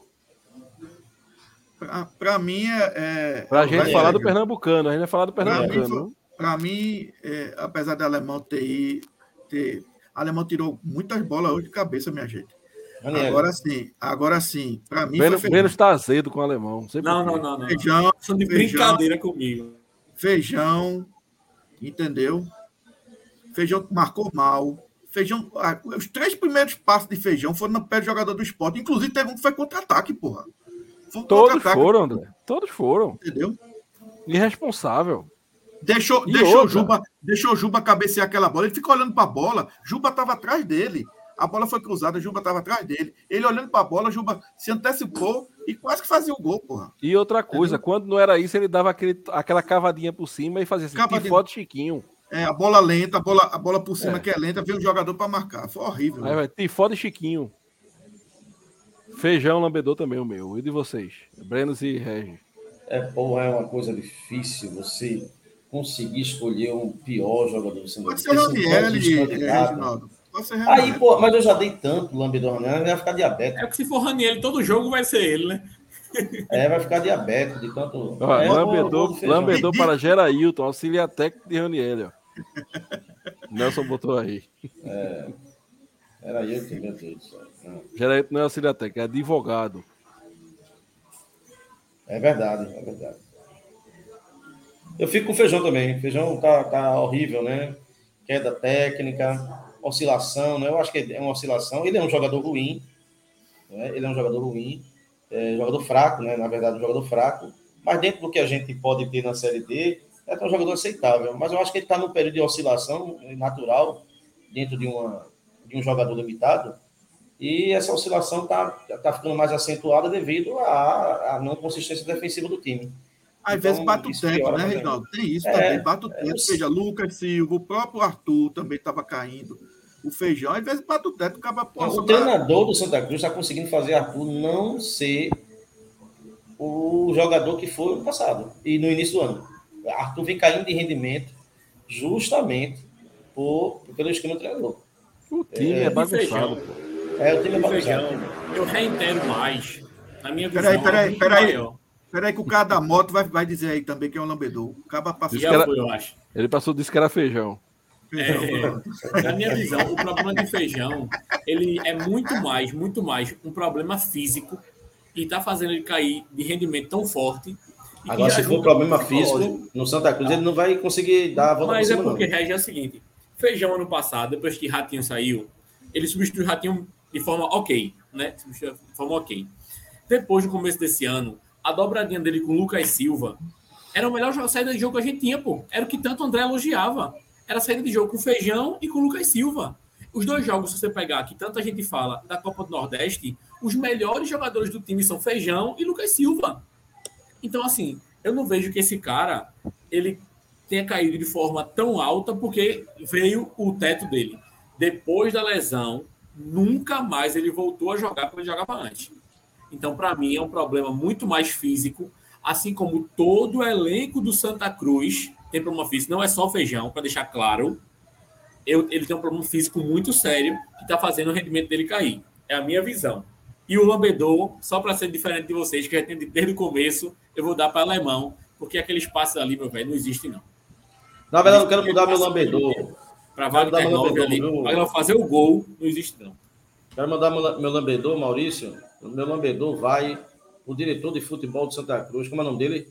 Pra, pra mim é. é Pra é, gente é, falar é, do Pernambucano. A gente vai falar do Pra mim, Pernambucano. foi- viu? pra mim é, apesar do alemão ter, i- ter. Alemão tirou muitas bolas hoje de cabeça, minha gente. Daniel, Agora sim, agora sim. Pra mim Breno, foi Breno feijão. está azedo com o alemão. Não sei por Não, quê. não, não, não. Feijão, São de feijão. brincadeira comigo. Feijão, entendeu? Feijão marcou mal. Feijão, ah, os três primeiros passos de Feijão foram no pé do jogador do Sport. Inclusive, teve um que foi contra-ataque, porra. Foi um Todos contra-ataque, foram, André. Todos foram. entendeu? Irresponsável. Deixou, E deixou, outra? Juba, deixou Juba cabecear aquela bola. Ele ficou olhando para a bola. Juba estava atrás dele. A bola foi cruzada, Juba estava atrás dele. Ele olhando para a bola, Juba se antecipou e quase que fazia o gol, porra. E outra coisa, quando não era isso, ele dava aquele, aquela cavadinha por cima e fazia assim, Cavadinha. que foto Chiquinho. É, a bola lenta, a bola, a bola por cima É. que é lenta, veio o jogador para marcar. Foi horrível. Aí vai, Tifó de Chiquinho. Feijão, lambedor também o meu. E de vocês? Brenos e Regis. É, porra, é uma coisa difícil você conseguir escolher o pior jogador do Santa Pode Cruz. ser Porque são todos os Ranieri, candidatos. Reginaldo. Pode ser Aí, Ranieri. pô, mas eu já dei tanto lambedor Ranieri, vai ficar É diabético. que se for Ranieri, todo jogo vai ser ele, né? É, vai ficar diabético de tanto. Ó, é, eu vou- eu vou lambedor, do Feijão. lambedor para Gerailton, auxiliar técnico de Ranieri, ó. Nelson botou aí. Era eu que, meu Deus do céu. Não. Gerailton não é auxiliar técnico, é advogado. É verdade, é verdade. Eu fico com o Feijão também. O Feijão tá, tá horrível, né? Queda técnica, oscilação, né? Eu acho que é uma oscilação. Ele é um jogador ruim, né? Ele é um jogador ruim, é, jogador fraco, né? Na verdade, um jogador fraco. Mas dentro do que a gente pode ter na Série D, é um jogador aceitável. Mas eu acho que ele está num período de oscilação natural dentro de, uma, de um jogador limitado. E essa oscilação está tá ficando mais acentuada devido à, à não consistência defensiva do time. Às Então, vezes bate o isso teto, piora né, também. Reginaldo? Tem isso É, também, bate o é, teto. eu- Veja, Lucas Silva, o próprio Arthur também estava caindo. O Feijão, às vezes bate o teto, acaba Então, posso o treinador do Santa Cruz está conseguindo fazer Arthur não ser o jogador que foi no passado e no início do ano. Arthur vem caindo de rendimento justamente por, pelo esquema do treinador. O time é, E bagunçado, Feijão, pô. É, o time é e bagunçado. Feijão, eu reitero mais. Na minha visão, Peraí, peraí, é muito peraí. maior. Peraí que o cara da moto vai, vai dizer aí também que é um lambedor. Acaba passando. Isso Já que era- foi, eu acho. Ele passou, disse que era feijão. É, na minha visão, o problema de Feijão, ele é muito mais, muito mais um problema físico e está fazendo ele cair de rendimento tão forte. e que Agora, já se for junta problema com o psicológico. físico, no Santa Cruz ele não vai conseguir dar a volta Mas por é cima, porque, não. Regi, é o seguinte, Feijão ano passado, depois que Ratinho saiu, ele substituiu Ratinho de forma ok, né? Substituiu de forma ok. Depois, no começo desse ano, a dobradinha dele com o Lucas Silva era a melhor jo- saída de jogo que a gente tinha, pô. Era o que tanto o André elogiava. Era a saída de jogo com o Feijão e com o Lucas Silva. Os dois jogos, se você pegar, que tanta gente fala da Copa do Nordeste, os melhores jogadores do time são Feijão e Lucas Silva. Então, assim, eu não vejo que esse cara ele tenha caído de forma tão alta porque veio o teto dele. Depois da lesão, nunca mais ele voltou a jogar como ele jogava antes. Então, para mim, é um problema muito mais físico, assim como todo o elenco do Santa Cruz tem problema físico. Não é só o Feijão, para deixar claro. Eu, ele tem um problema físico muito sério que está fazendo o rendimento dele cair. É a minha visão. E o Lambedor, só para ser diferente de vocês, que já tem desde o começo, eu vou dar para Alemão, porque aqueles passos ali, meu velho, não existem, não. Na verdade, eu quero mudar meu lambedor. Para Quero Wagner dar meu nove lambedor, ali, viu? Wagner fazer o gol, não existe, não. Quero mandar meu, meu lambedor, Maurício. O meu lambedor vai o diretor de futebol de Santa Cruz. Como é o nome dele?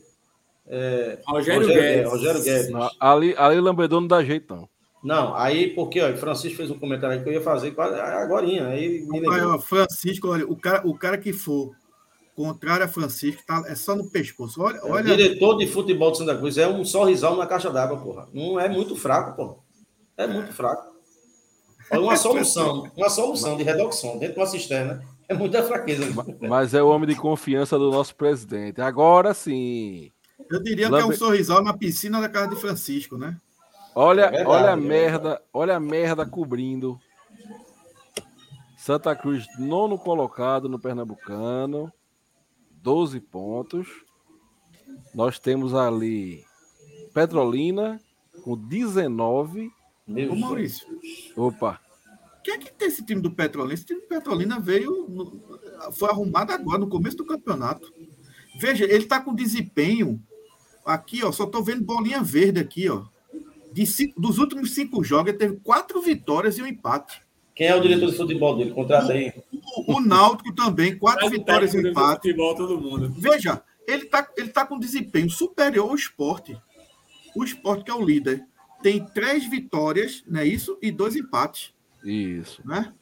É, Rogério Guedes. Rogério Guedes. Não, ali, ali Lambedor não dá jeito, não. Não, aí porque ó, o Francisco fez um comentário aí que eu ia fazer quase agorinha. Aí me Aí, lembrou. ó, Francisco, olha, o cara, o cara que for contrário a Francisco tá, é só no pescoço. Olha, O olha. diretor de futebol de Santa Cruz é um sorrisal na caixa d'água, porra. Não é muito fraco, porra. É muito fraco. Olha, uma solução, uma solução de redução dentro de uma cisterna é muita fraqueza. Mas é o homem de confiança do nosso presidente. Agora sim. Eu diria Lambe- que é um sorrisal na piscina da casa de Francisco, né? Olha, É verdade, olha a é merda, olha a merda cobrindo. Santa Cruz, nono colocado no Pernambucano, doze pontos. Nós temos ali Petrolina com dezenove. Meu Ô, Maurício, Opa, o que é que tem esse time do Petrolina? Esse time do Petrolina veio, no- foi arrumado agora, no começo do campeonato. Veja, ele tá com desempenho aqui, ó, só tô vendo bolinha verde aqui, ó. De cinco- dos últimos cinco jogos, ele teve quatro vitórias e um empate. Quem é o diretor de futebol dele? Contrata aí. O, o Náutico também, quatro Traz o vitórias e um técnico do empate. futebol, todo mundo. Veja, ele tá, ele tá com desempenho superior ao Sport. O Sport, que é o líder, tem três vitórias, não é isso? E dois empates, isso. né?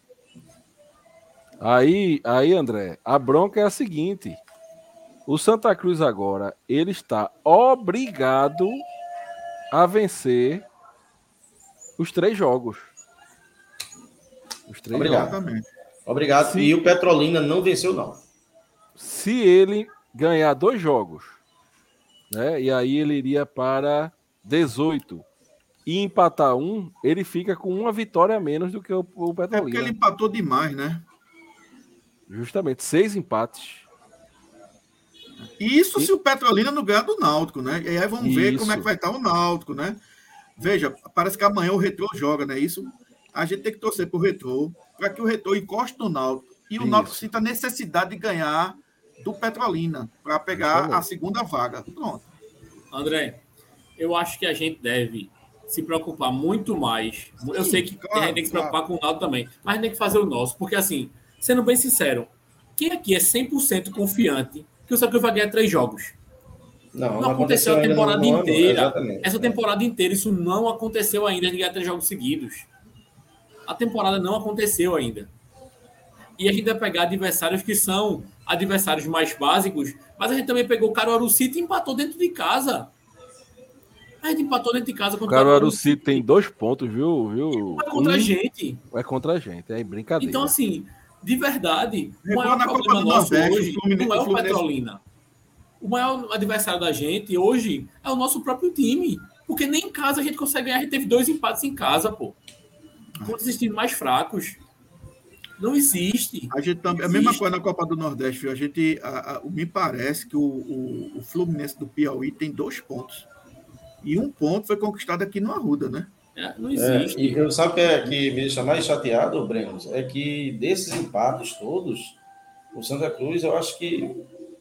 Aí, aí, André, a bronca é a seguinte: o Santa Cruz agora ele está obrigado a vencer os três jogos. Os três Obrigado. jogos. Exatamente. Obrigado. Sim. E o Petrolina não venceu, não. Se ele ganhar dois jogos, né? E aí ele iria para dezoito e empatar um, ele fica com uma vitória a menos do que o, o É porque Petrolina. ele empatou demais, né? Justamente, seis empates. Isso E- se o Petrolina não ganhar do Náutico, né? E aí vamos ver como é que Isso. vai estar o Náutico, né? Veja, parece que amanhã o Retrô joga, né? Isso a gente tem que torcer pro Retrô, para que o Retrô encoste no Náutico e o Náutico Isso. sinta a necessidade de ganhar do Petrolina para pegar a Justamente. segunda vaga. Pronto. André, eu acho que a gente deve se preocupar muito mais. Eu sei que a gente tem que se preocupar com o Náutico também, mas a gente tem que fazer o nosso, porque assim, sendo bem sincero, quem aqui é cem por cento confiante que o Santa Cruz vai ganhar três jogos? Não, Não aconteceu a ainda temporada no ano, inteira. exatamente. Essa temporada inteira, isso não aconteceu ainda de ganhar três jogos seguidos. A temporada não aconteceu ainda. E a gente vai pegar adversários que são adversários mais básicos, mas a gente também pegou o Caruaru City e empatou dentro de casa. A gente empatou dentro de casa O contra Caruaru City tem dois pontos, viu? viu? É contra um a gente. É contra a gente, é brincadeira. Então, assim, de verdade, o Recuou maior na Copa problema do nosso Nordeste, hoje o Fluminense- não é o o Fluminense- Petrolina. O maior adversário da gente hoje é o nosso próprio time. Porque nem em casa a gente consegue ganhar. A gente teve dois empates em casa, pô. Contra esses times mais fracos. Não existe. A gente também, a Não mesma existe. coisa na Copa do Nordeste, viu? A gente, a, a, me parece que o, o, o Fluminense do Piauí tem dois pontos. E um ponto foi conquistado aqui no Arruda, né? É, não É, existe. e eu sabe que, é, que me deixa mais chateado, Breno, é que desses empates todos, o Santa Cruz, eu acho que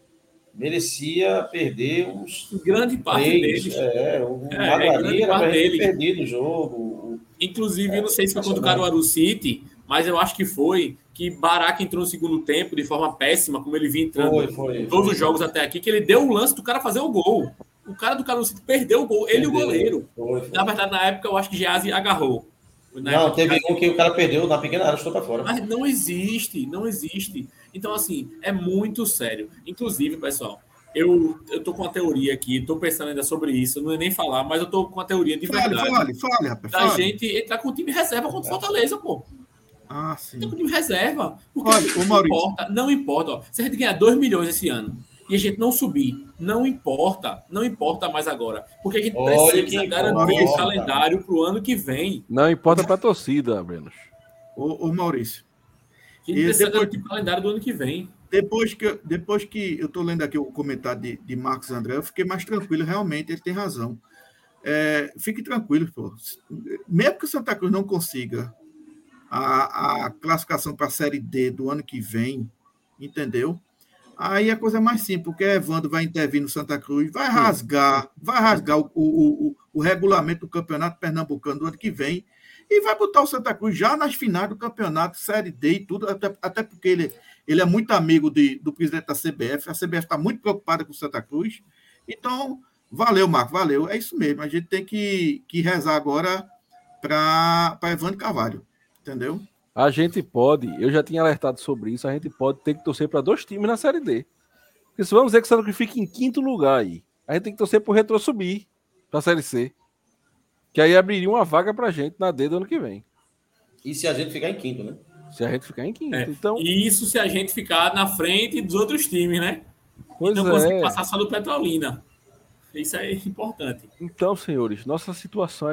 merecia perder uns Grande parte três. deles. É, o É, Maguari grande era parte para ter deles. perdido o jogo. o- Inclusive, eu não sei se foi contra o impressionante. Caruaru City, mas eu acho que foi que Baraca entrou no segundo tempo de forma péssima, como ele vinha entrando Foi, foi. em todos foi. os jogos até aqui, que ele deu o lance do cara fazer o gol. O cara do Caruaru City perdeu o gol, ele e o Perdeu. goleiro. Foi, foi. Na verdade, na época, eu acho que Geazi agarrou. Na Não, época que teve Geazi- um que o cara perdeu na pequena área, chutou para fora. Mas não existe, não existe. Então, assim, é muito sério. Inclusive, pessoal, eu, eu tô com uma teoria aqui, tô pensando ainda sobre isso, não é nem falar, mas eu tô com uma teoria de Fale, verdade. fale, fale, rapaz. Da Fale. gente entrar com o time reserva contra o Fortaleza, pô. Ah, Tem sim. com o time reserva. Porque Olha, ô, não Maurício. importa, não importa. Ó, se a gente ganhar dois milhões esse ano e a gente não subir, não importa, não importa mais agora. Porque a gente Olha precisa que garantir o importa. calendário pro ano que vem. Não importa pra torcida, Brenos. Ô, ô Maurício, A gente E precisa depois- garantir o calendário do ano que vem. depois que, eu- depois que eu estou lendo aqui o comentário de, de Marcos André, eu fiquei mais tranquilo, realmente, ele tem razão. É, fique tranquilo, pô. Mesmo que o Santa Cruz não consiga a, a classificação para a Série D do ano que vem, entendeu? Aí a coisa é mais simples, porque Evandro vai intervir no Santa Cruz, vai rasgar, vai rasgar o, o, o, o regulamento do Campeonato Pernambucano do ano que vem e vai botar o Santa Cruz já nas finais do campeonato, Série D e tudo, até, até porque ele, ele é muito amigo de, do presidente da C B F, a C B F está muito preocupada com o Santa Cruz. Então, valeu, Marco, valeu. É isso mesmo, a gente tem que, que rezar agora para Evandro Carvalho, entendeu? A gente pode, eu já tinha alertado sobre isso, a gente pode ter que torcer para dois times na Série D. Porque se vamos dizer que o Santa Cruz fica em quinto lugar aí, a gente tem que torcer pro Retrô subir para a Série C. Que aí abriria uma vaga pra gente na D do ano que vem. E se a gente ficar em quinto, né? Se a gente ficar em quinto. É. Então, E isso se a gente ficar na frente dos outros times, né? pois e não conseguir é. passar só do Petrolina. Isso é importante. Então, senhores, nossa situação é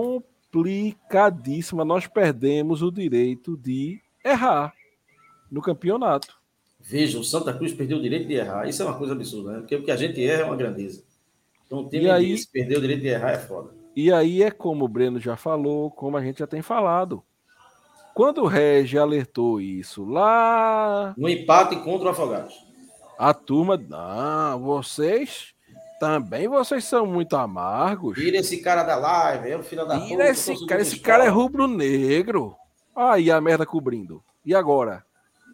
complicadíssima. Nós perdemos o direito de errar no campeonato. Veja, o Santa Cruz perdeu o direito de errar. Isso é uma coisa absurda, né? Porque o que a gente erra é uma grandeza. Então, o time E aí- desse, perder o direito de errar é foda. E aí é como o Breno já falou, como a gente já tem falado. Quando o Regi alertou isso lá, No empate contra o Afogados. a turma, não, vocês também vocês são muito amargos. Tira esse cara da live, é o filho da Tira esse torcedor cara, do esse esporte. cara é rubro-negro. Aí a merda cobrindo. E agora?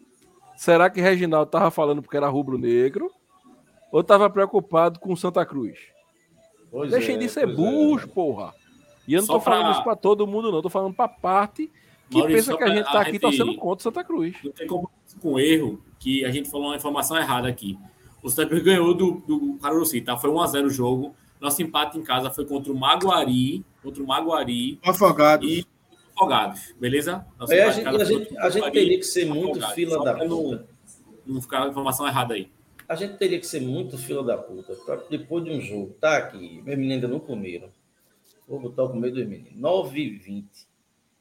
Será que Reginaldo tava falando porque era rubro-negro? Ou tava preocupado com Santa Cruz? Pois Deixem é, de ser pois burros, é. porra. E eu não Só tô falando pra- isso pra todo mundo, não. Tô falando pra parte que Maurício, pensa só que a pra gente tá a aqui gente- torcendo contra o Santa Cruz. Não tem compromisso com erro, que a gente falou uma informação errada aqui. O Santa Cruz ganhou do, do Caruaru City, tá? Foi um a zero o jogo. Nosso empate em casa foi contra o Maguari, contra o Maguari Afogados. e Afogados, beleza? Nosso É, a empate em gente, casa a foi gente, contra o a gente Maguari teria que ser e muito Afogados. fila Só da pra não, puta. não ficar a informação errada aí. A gente teria que ser muito fila da puta. Pra depois de um jogo, tá aqui, meus meninos ainda não comeram. Vou botar o comer dos meninos. nove e vinte.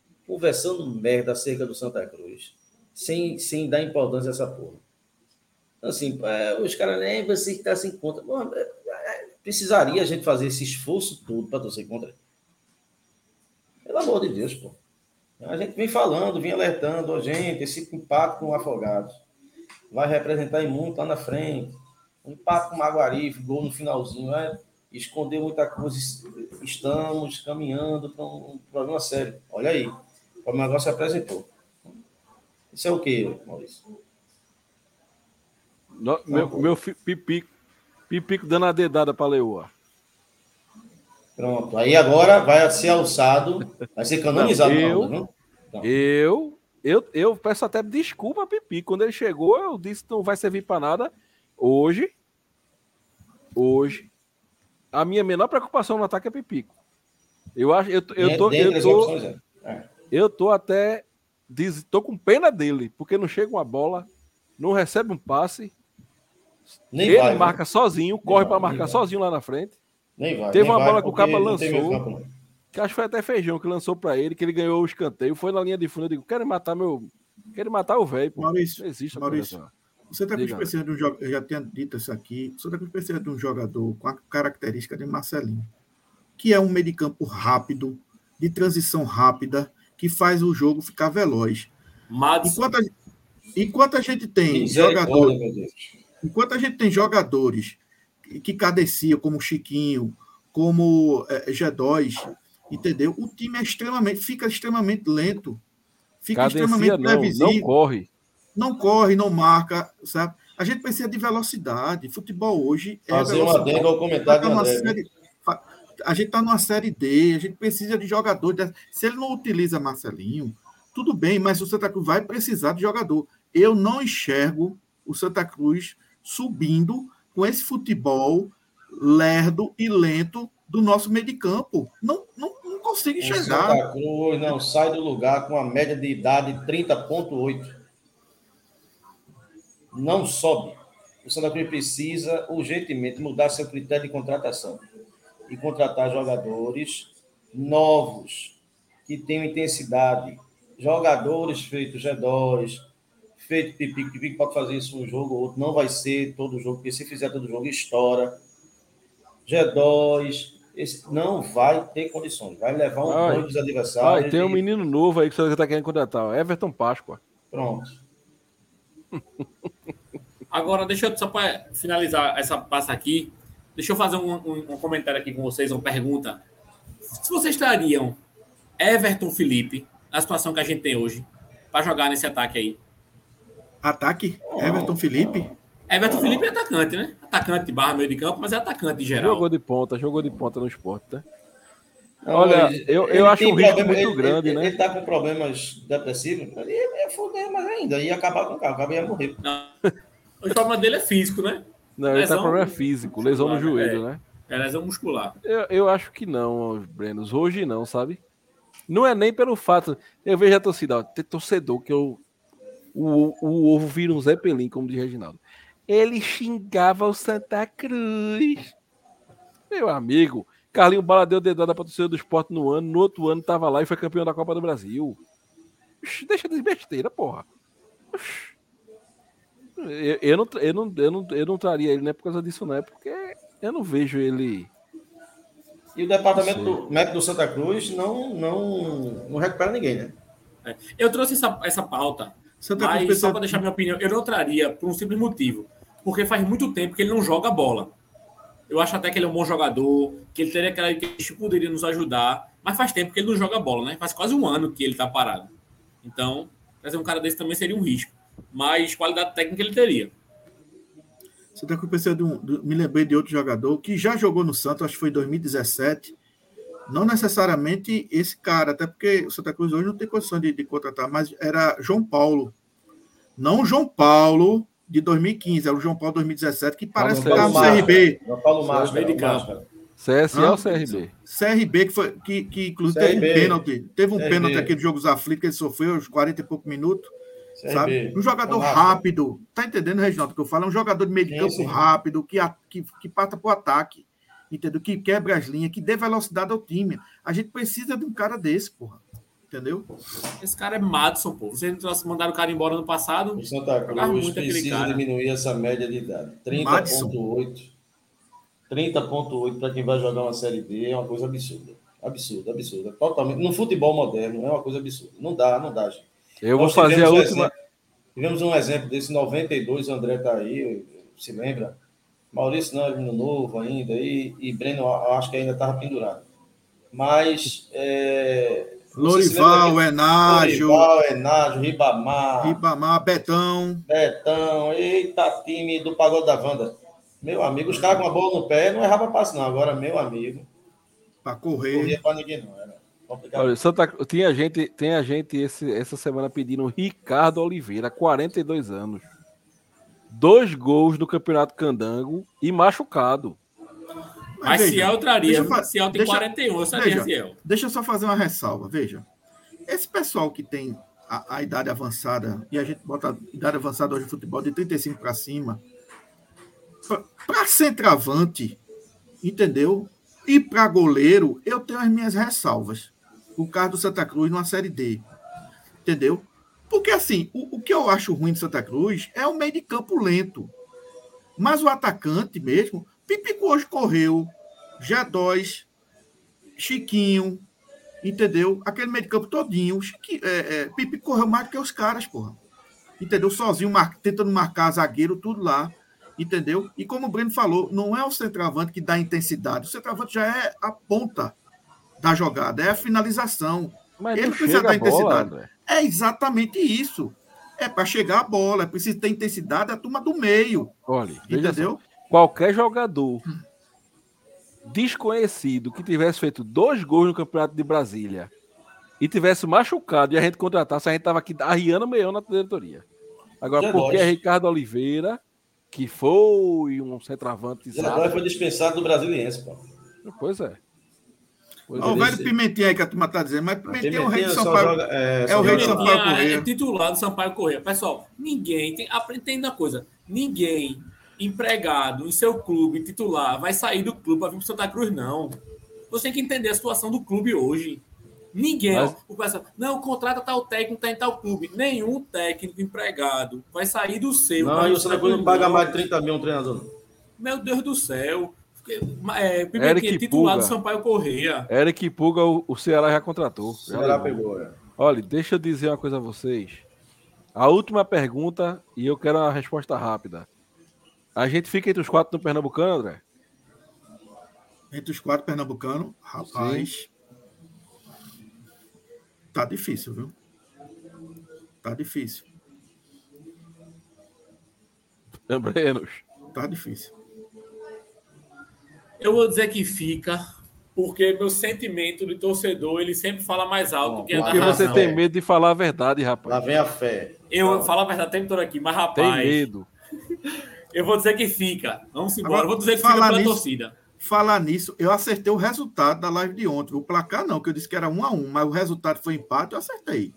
Conversando merda acerca do Santa Cruz. Sem, sem dar importância a essa porra. Assim, é, os caras nem você está sem conta. Bom, é, é, precisaria a gente fazer esse esforço todo para torcer contra. Pelo amor de Deus, pô. A gente vem falando, vem alertando a gente, esse impacto com o Afogados vai representar em muito lá na frente. Um impacto com o Maguari, gol no finalzinho, é esconder muita coisa. Estamos caminhando para um problema sério. Olha aí, o problema agora se apresentou. Isso é o quê, Maurício? No, meu meu fi, pipico, pipico dando a dedada para a Leoa. Pronto. Aí agora vai ser alçado, vai ser canonizado. Não, eu, onda, não? Não. eu, eu, eu peço até desculpa a Pipico. Quando ele chegou, eu disse que não vai servir para nada. Hoje, hoje, a minha menor preocupação no ataque é Pipico. Eu acho, eu, eu, tô, eu, tô, eu tô até, diz, tô com pena dele, porque não chega uma bola, não recebe um passe. Nem ele vai, marca né? sozinho, corre para marcar vai. sozinho lá na frente. Nem vai. Teve nem uma vai, bola que o Caba lançou, campo, que acho que foi até Feijão que lançou para ele, que ele ganhou o escanteio, foi na linha de fundo. Eu digo, quero matar meu. Quero matar o velho. Maurício, não existe Maurício você está com experiência de um jogador. Eu já tinha dito isso aqui. Você está com experiência de um jogador com a característica de Marcelinho, que é um meio de campo rápido, de transição rápida, que faz o jogo ficar veloz. Mas... Enquanto, a, enquanto a gente tem jogadores. Enquanto a gente tem jogadores que cadenciam, como Chiquinho, como é, G dois, entendeu? O time é extremamente, fica extremamente lento, fica cadencia, extremamente não, previsível. Não corre. Não corre, não marca, sabe? A gente precisa de velocidade. Futebol hoje é Fazer uma adendo ao comentário tá de André, série, a gente está numa série D, a gente precisa de jogadores. Se ele não utiliza Marcelinho, tudo bem, mas o Santa Cruz vai precisar de jogador. Eu não enxergo o Santa Cruz subindo com esse futebol lerdo e lento do nosso meio de campo. Não, não, não consigo enxergar. O Santa Cruz não sai do lugar com a média de idade de trinta vírgula oito. Não sobe. O Santa Cruz precisa urgentemente mudar seu critério de contratação e contratar jogadores novos, que tenham intensidade. Jogadores feitos G dois, feito Pipico, Pipico pode fazer isso um jogo ou outro, não vai ser todo jogo, porque se fizer todo jogo, estoura. G dois, esse não vai ter condições, vai levar um banho dos adversários. Ai, tem um menino novo aí que você está querendo contratar, Everton Páscoa. Pronto. Agora, deixa eu, só para finalizar essa passa aqui, deixa eu fazer um, um, um comentário aqui com vocês, uma pergunta. Se vocês estariam Everton Felipe, na situação que a gente tem hoje, para jogar nesse ataque aí? Ataque? Everton Felipe? Everton Felipe é atacante, né? Atacante de barra, meio de campo, mas é atacante em geral. Jogou de ponta, jogou de ponta no esporte, né? Não, Olha, ele, eu, eu acho um risco problema, muito ele, grande, ele, né? Ele tá com problemas depressivos, ele ia foder mais ainda, ia acabar com o carro, o cara ia morrer. Não. O problema dele é físico, né? Não, ele lesão, tá com problema físico, lesão muscular, no joelho, é, né? É lesão muscular. Eu, eu acho que não, Brenos. Hoje não, sabe? Não é nem pelo fato. Eu vejo a torcida, ó, tem torcedor que eu. O, o ovo vira um Zé Pelim, como diz Reginaldo. Ele xingava o Santa Cruz. Meu amigo, Carlinho Bala deu dedada pra torcida do Sport no ano, no outro ano tava lá e foi campeão da Copa do Brasil. Ux, deixa de besteira, porra. Eu, eu, não, eu, não, eu, não, eu não traria ele, não é por causa disso, não. É porque eu não vejo ele. E o departamento do médico do Santa Cruz não, não, não recupera ninguém, né? É. Eu trouxe essa, essa pauta, Santa mas Cruz só para deixar minha opinião, eu não traria por um simples motivo. Porque faz muito tempo que ele não joga bola. Eu acho até que ele é um bom jogador, que ele teria características que poderia nos ajudar, mas faz tempo que ele não joga bola, né? Faz quase um ano que ele tá parado. Então, trazer um cara desse também seria um risco. Mas qualidade técnica ele teria. Você está com o de um, de, me lembrei de outro jogador que já jogou no Santos, acho que foi em dois mil e dezessete. Não necessariamente esse cara, até porque o Santa Cruz hoje não tem condição de, de contratar, mas era João Paulo. Não o João Paulo de dois mil e quinze, era o João Paulo de dois mil e dezessete, que parece que estava no C R B. João Paulo Márcio, meio de campo. C S A ou C R B? C R B, que, foi, que, que inclusive teve um pênalti. Teve um pênalti aqui dos Jogos Aflitos que ele sofreu aos quarenta e poucos minutos. Sabe? Um jogador rápido. Tá entendendo, Reginaldo, o que eu falo? É um jogador de meio de campo sim, sim. rápido, que, que, que parta para o ataque. Entendeu? Que quebra as linhas, que dê velocidade ao time. A gente precisa de um cara desse, porra. Entendeu? Esse cara é Madison, pô. Vocês mandaram o cara embora no passado. O Santa Cruz precisa diminuir essa média de idade. trinta ponto oito. trinta ponto oito para quem vai jogar uma Série D é uma coisa absurda. Absurda, absurda. Totalmente. No futebol moderno é uma coisa absurda. Não dá, não dá, gente. Eu Nós vou fazer a um última. Exemplo, tivemos um exemplo desse, em noventa e dois, o André tá aí, se lembra? Maurício não, é novo ainda, e, e Breno, eu acho que ainda estava pendurado. Mas. É... Lorival, Enágio. Lorival, Enágio, Ribamar. Ribamar, Betão. Betão, eita, time do Pagode da Wanda. Meu amigo, os caras com a bola no pé não errava passe, não. Agora, meu amigo. Para correr. Não corria para ninguém, não. Era complicado. Olha, Santa, tinha gente, tem a gente esse, essa semana pedindo Ricardo Oliveira, quarenta e dois anos. Dois gols no Campeonato Candango e machucado. Mas, Mas Ciel traria. Fa... Ciel tem deixa... quarenta e um, eu sabia, veja, Ciel. Deixa eu só fazer uma ressalva. Veja, esse pessoal que tem a, a idade avançada, e a gente bota a idade avançada hoje no futebol de trinta e cinco para cima, para centroavante, entendeu? E para goleiro, eu tenho as minhas ressalvas. O caso do Santa Cruz numa Série D. Entendeu? Porque, assim, o, o que eu acho ruim do Santa Cruz é o meio de campo lento. Mas o atacante mesmo... Pipico hoje correu, G dois, Chiquinho, entendeu? Aquele meio de campo todinho. Chiquinho, é, é, Pipico correu mais do que os caras, porra. Entendeu? Sozinho, mar, tentando marcar zagueiro, tudo lá. Entendeu? E como o Breno falou, não é o centroavante que dá intensidade. O centroavante já é a ponta da jogada, é a finalização. Mas Ele não precisa chega dar a bola, intensidade. André. É exatamente isso. É para chegar a bola, é preciso ter intensidade, a turma do meio. Olha, entendeu? Só. Qualquer jogador desconhecido que tivesse feito dois gols no Campeonato de Brasília e tivesse machucado e a gente contratasse, a gente tava aqui arriando meião na diretoria. Agora, Já porque nós. é Ricardo Oliveira, que foi um centroavante... Agora foi dispensado do Brasiliense, pô. Pois é. Pois Olha é. o velho Pimentinha aí que a turma está dizendo, mas Pimentinha é o rei de Pimentinha São só Paulo. joga- é, é só o rei de joga- São Paulo Pimentinha Correia. é titular do Sampaio Correia. Pessoal, ninguém tem. Aprendendo a coisa. Ninguém empregado em seu clube titular vai sair do clube para vir para Santa Cruz, não. Você tem que entender a situação do clube hoje. Ninguém. Mas- ó, o pessoal, não, contrata tal técnico, está em tal clube. Nenhum técnico empregado vai sair do seu. Não, vai e vir o pro Santa Cruz não paga não. mais de trinta mil um treinador. não. Meu Deus do céu. É, Eric Pimentinha, titular Puga. do Sampaio Correia. Eric Puga, o, o Ceará já contratou. O Já Ceará levou. pegou, é. Olha, deixa eu dizer uma coisa a vocês. A última pergunta, e eu quero uma resposta rápida. A gente fica entre os quatro no Pernambucano, André? Entre os quatro pernambucanos, rapaz, tá difícil, viu? Tá difícil, Lembremos. tá difícil. Eu vou dizer que fica, porque meu sentimento de torcedor, ele sempre fala mais alto Bom, que a da Porque você razão. tem medo de falar a verdade, Lá rapaz. vem a fé. Eu falo a verdade o tempo todo aqui, mas Tem rapaz, medo. eu vou dizer que fica. Vamos embora. Agora, Eu vou dizer que fica falar pela nisso- torcida. Falar nisso, eu acertei o resultado da live de ontem. O placar não, que eu disse que era um a um, mas o resultado foi empate, eu acertei.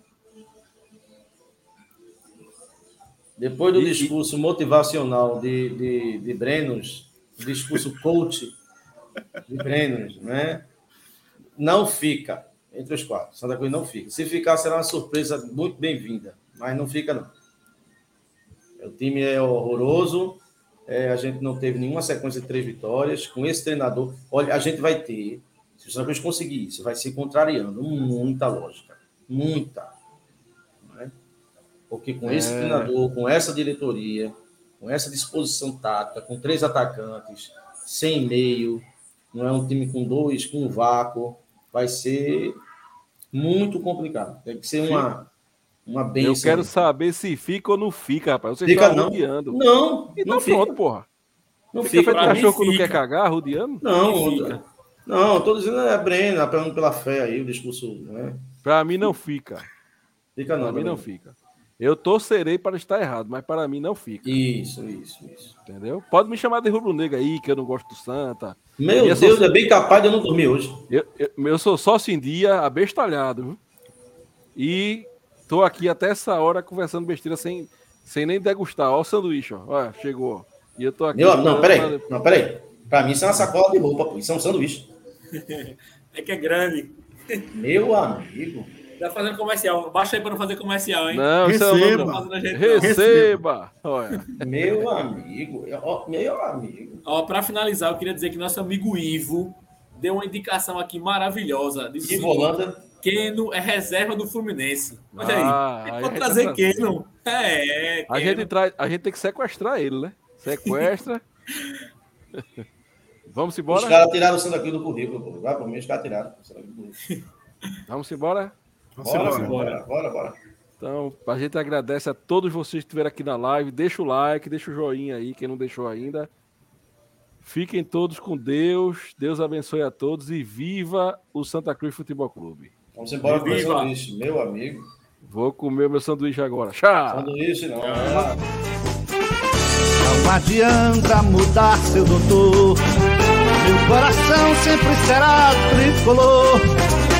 Depois do E- discurso motivacional de, de, de Brenos, o discurso coach de Brenos, né? Não fica entre os quatro. Santa Cruz não fica. Se ficar, será uma surpresa muito bem-vinda, mas não fica, não. O time é horroroso, é, a gente não teve nenhuma sequência de três vitórias. Com esse treinador, olha, a gente vai ter, se o Santa Cruz conseguir isso, vai se contrariando muita lógica, muita. Não é? Porque com esse É. treinador, com essa diretoria, com essa disposição tática, com três atacantes, sem meio, não é um time com dois, com um vácuo, vai ser muito complicado. Tem que ser uma, uma bênção. Eu quero saber se fica ou não fica, rapaz. Você Fica está não. rodeando. Não, Então não fica. pronto, porra. Não Fica fica. feito pra mim cachorro quando fica. quer cagar, rodeando? Não, Fica. não, estou dizendo é Breno, apelando pela fé aí, o discurso, né? Pra mim não fica. Fica não. Pra mim não Breno. fica. Eu torcerei para estar errado, mas para mim não fica. Isso, isso, isso. Entendeu? Pode me chamar de rubro-negro aí, que eu não gosto do Santa. Meu E é Deus, só- é bem capaz de eu não dormir hoje. Eu, eu, eu sou sócio em dia, abestalhado. Viu? E tô aqui até essa hora conversando besteira sem, sem nem degustar. Ó o sanduíche, ó. Olha, chegou. E eu tô aqui. Meu, não, peraí. pra- Não, peraí. Pra mim isso é uma sacola de roupa, pô. Isso é um sanduíche. É que é grande. Meu amigo. Tá fazendo comercial. Baixa aí para não fazer comercial, hein? Não, Receba. isso é o nome. Receba. Olha. Meu amigo, ó, meu amigo. Ó, para finalizar, eu queria dizer que nosso amigo Ivo deu uma indicação aqui maravilhosa. Disse Ivo Holanda. Keno é reserva do Fluminense. Olha Ah, aí. aí Pode a trazer gente vai Keno. É, A Keno. gente, traz, a gente tem que sequestrar ele, né? Sequestra. Vamos Os embora? caras tiraram o Santa Cruz do currículo, pô. Vai por mim, os caras tiraram. Vamos embora? Vamos Bora, embora. bora, bora, bora. Então, a gente agradece a todos vocês que estiveram aqui na live. Deixa o like, deixa o joinha aí, quem não deixou ainda. Fiquem todos com Deus. Deus abençoe a todos e viva o Santa Cruz Futebol Clube. Vamos embora com o Viva! sanduíche, meu amigo. Vou comer meu sanduíche agora. Tchau! Sanduíche não. Não adianta mudar, seu doutor. Meu coração sempre será tricolor.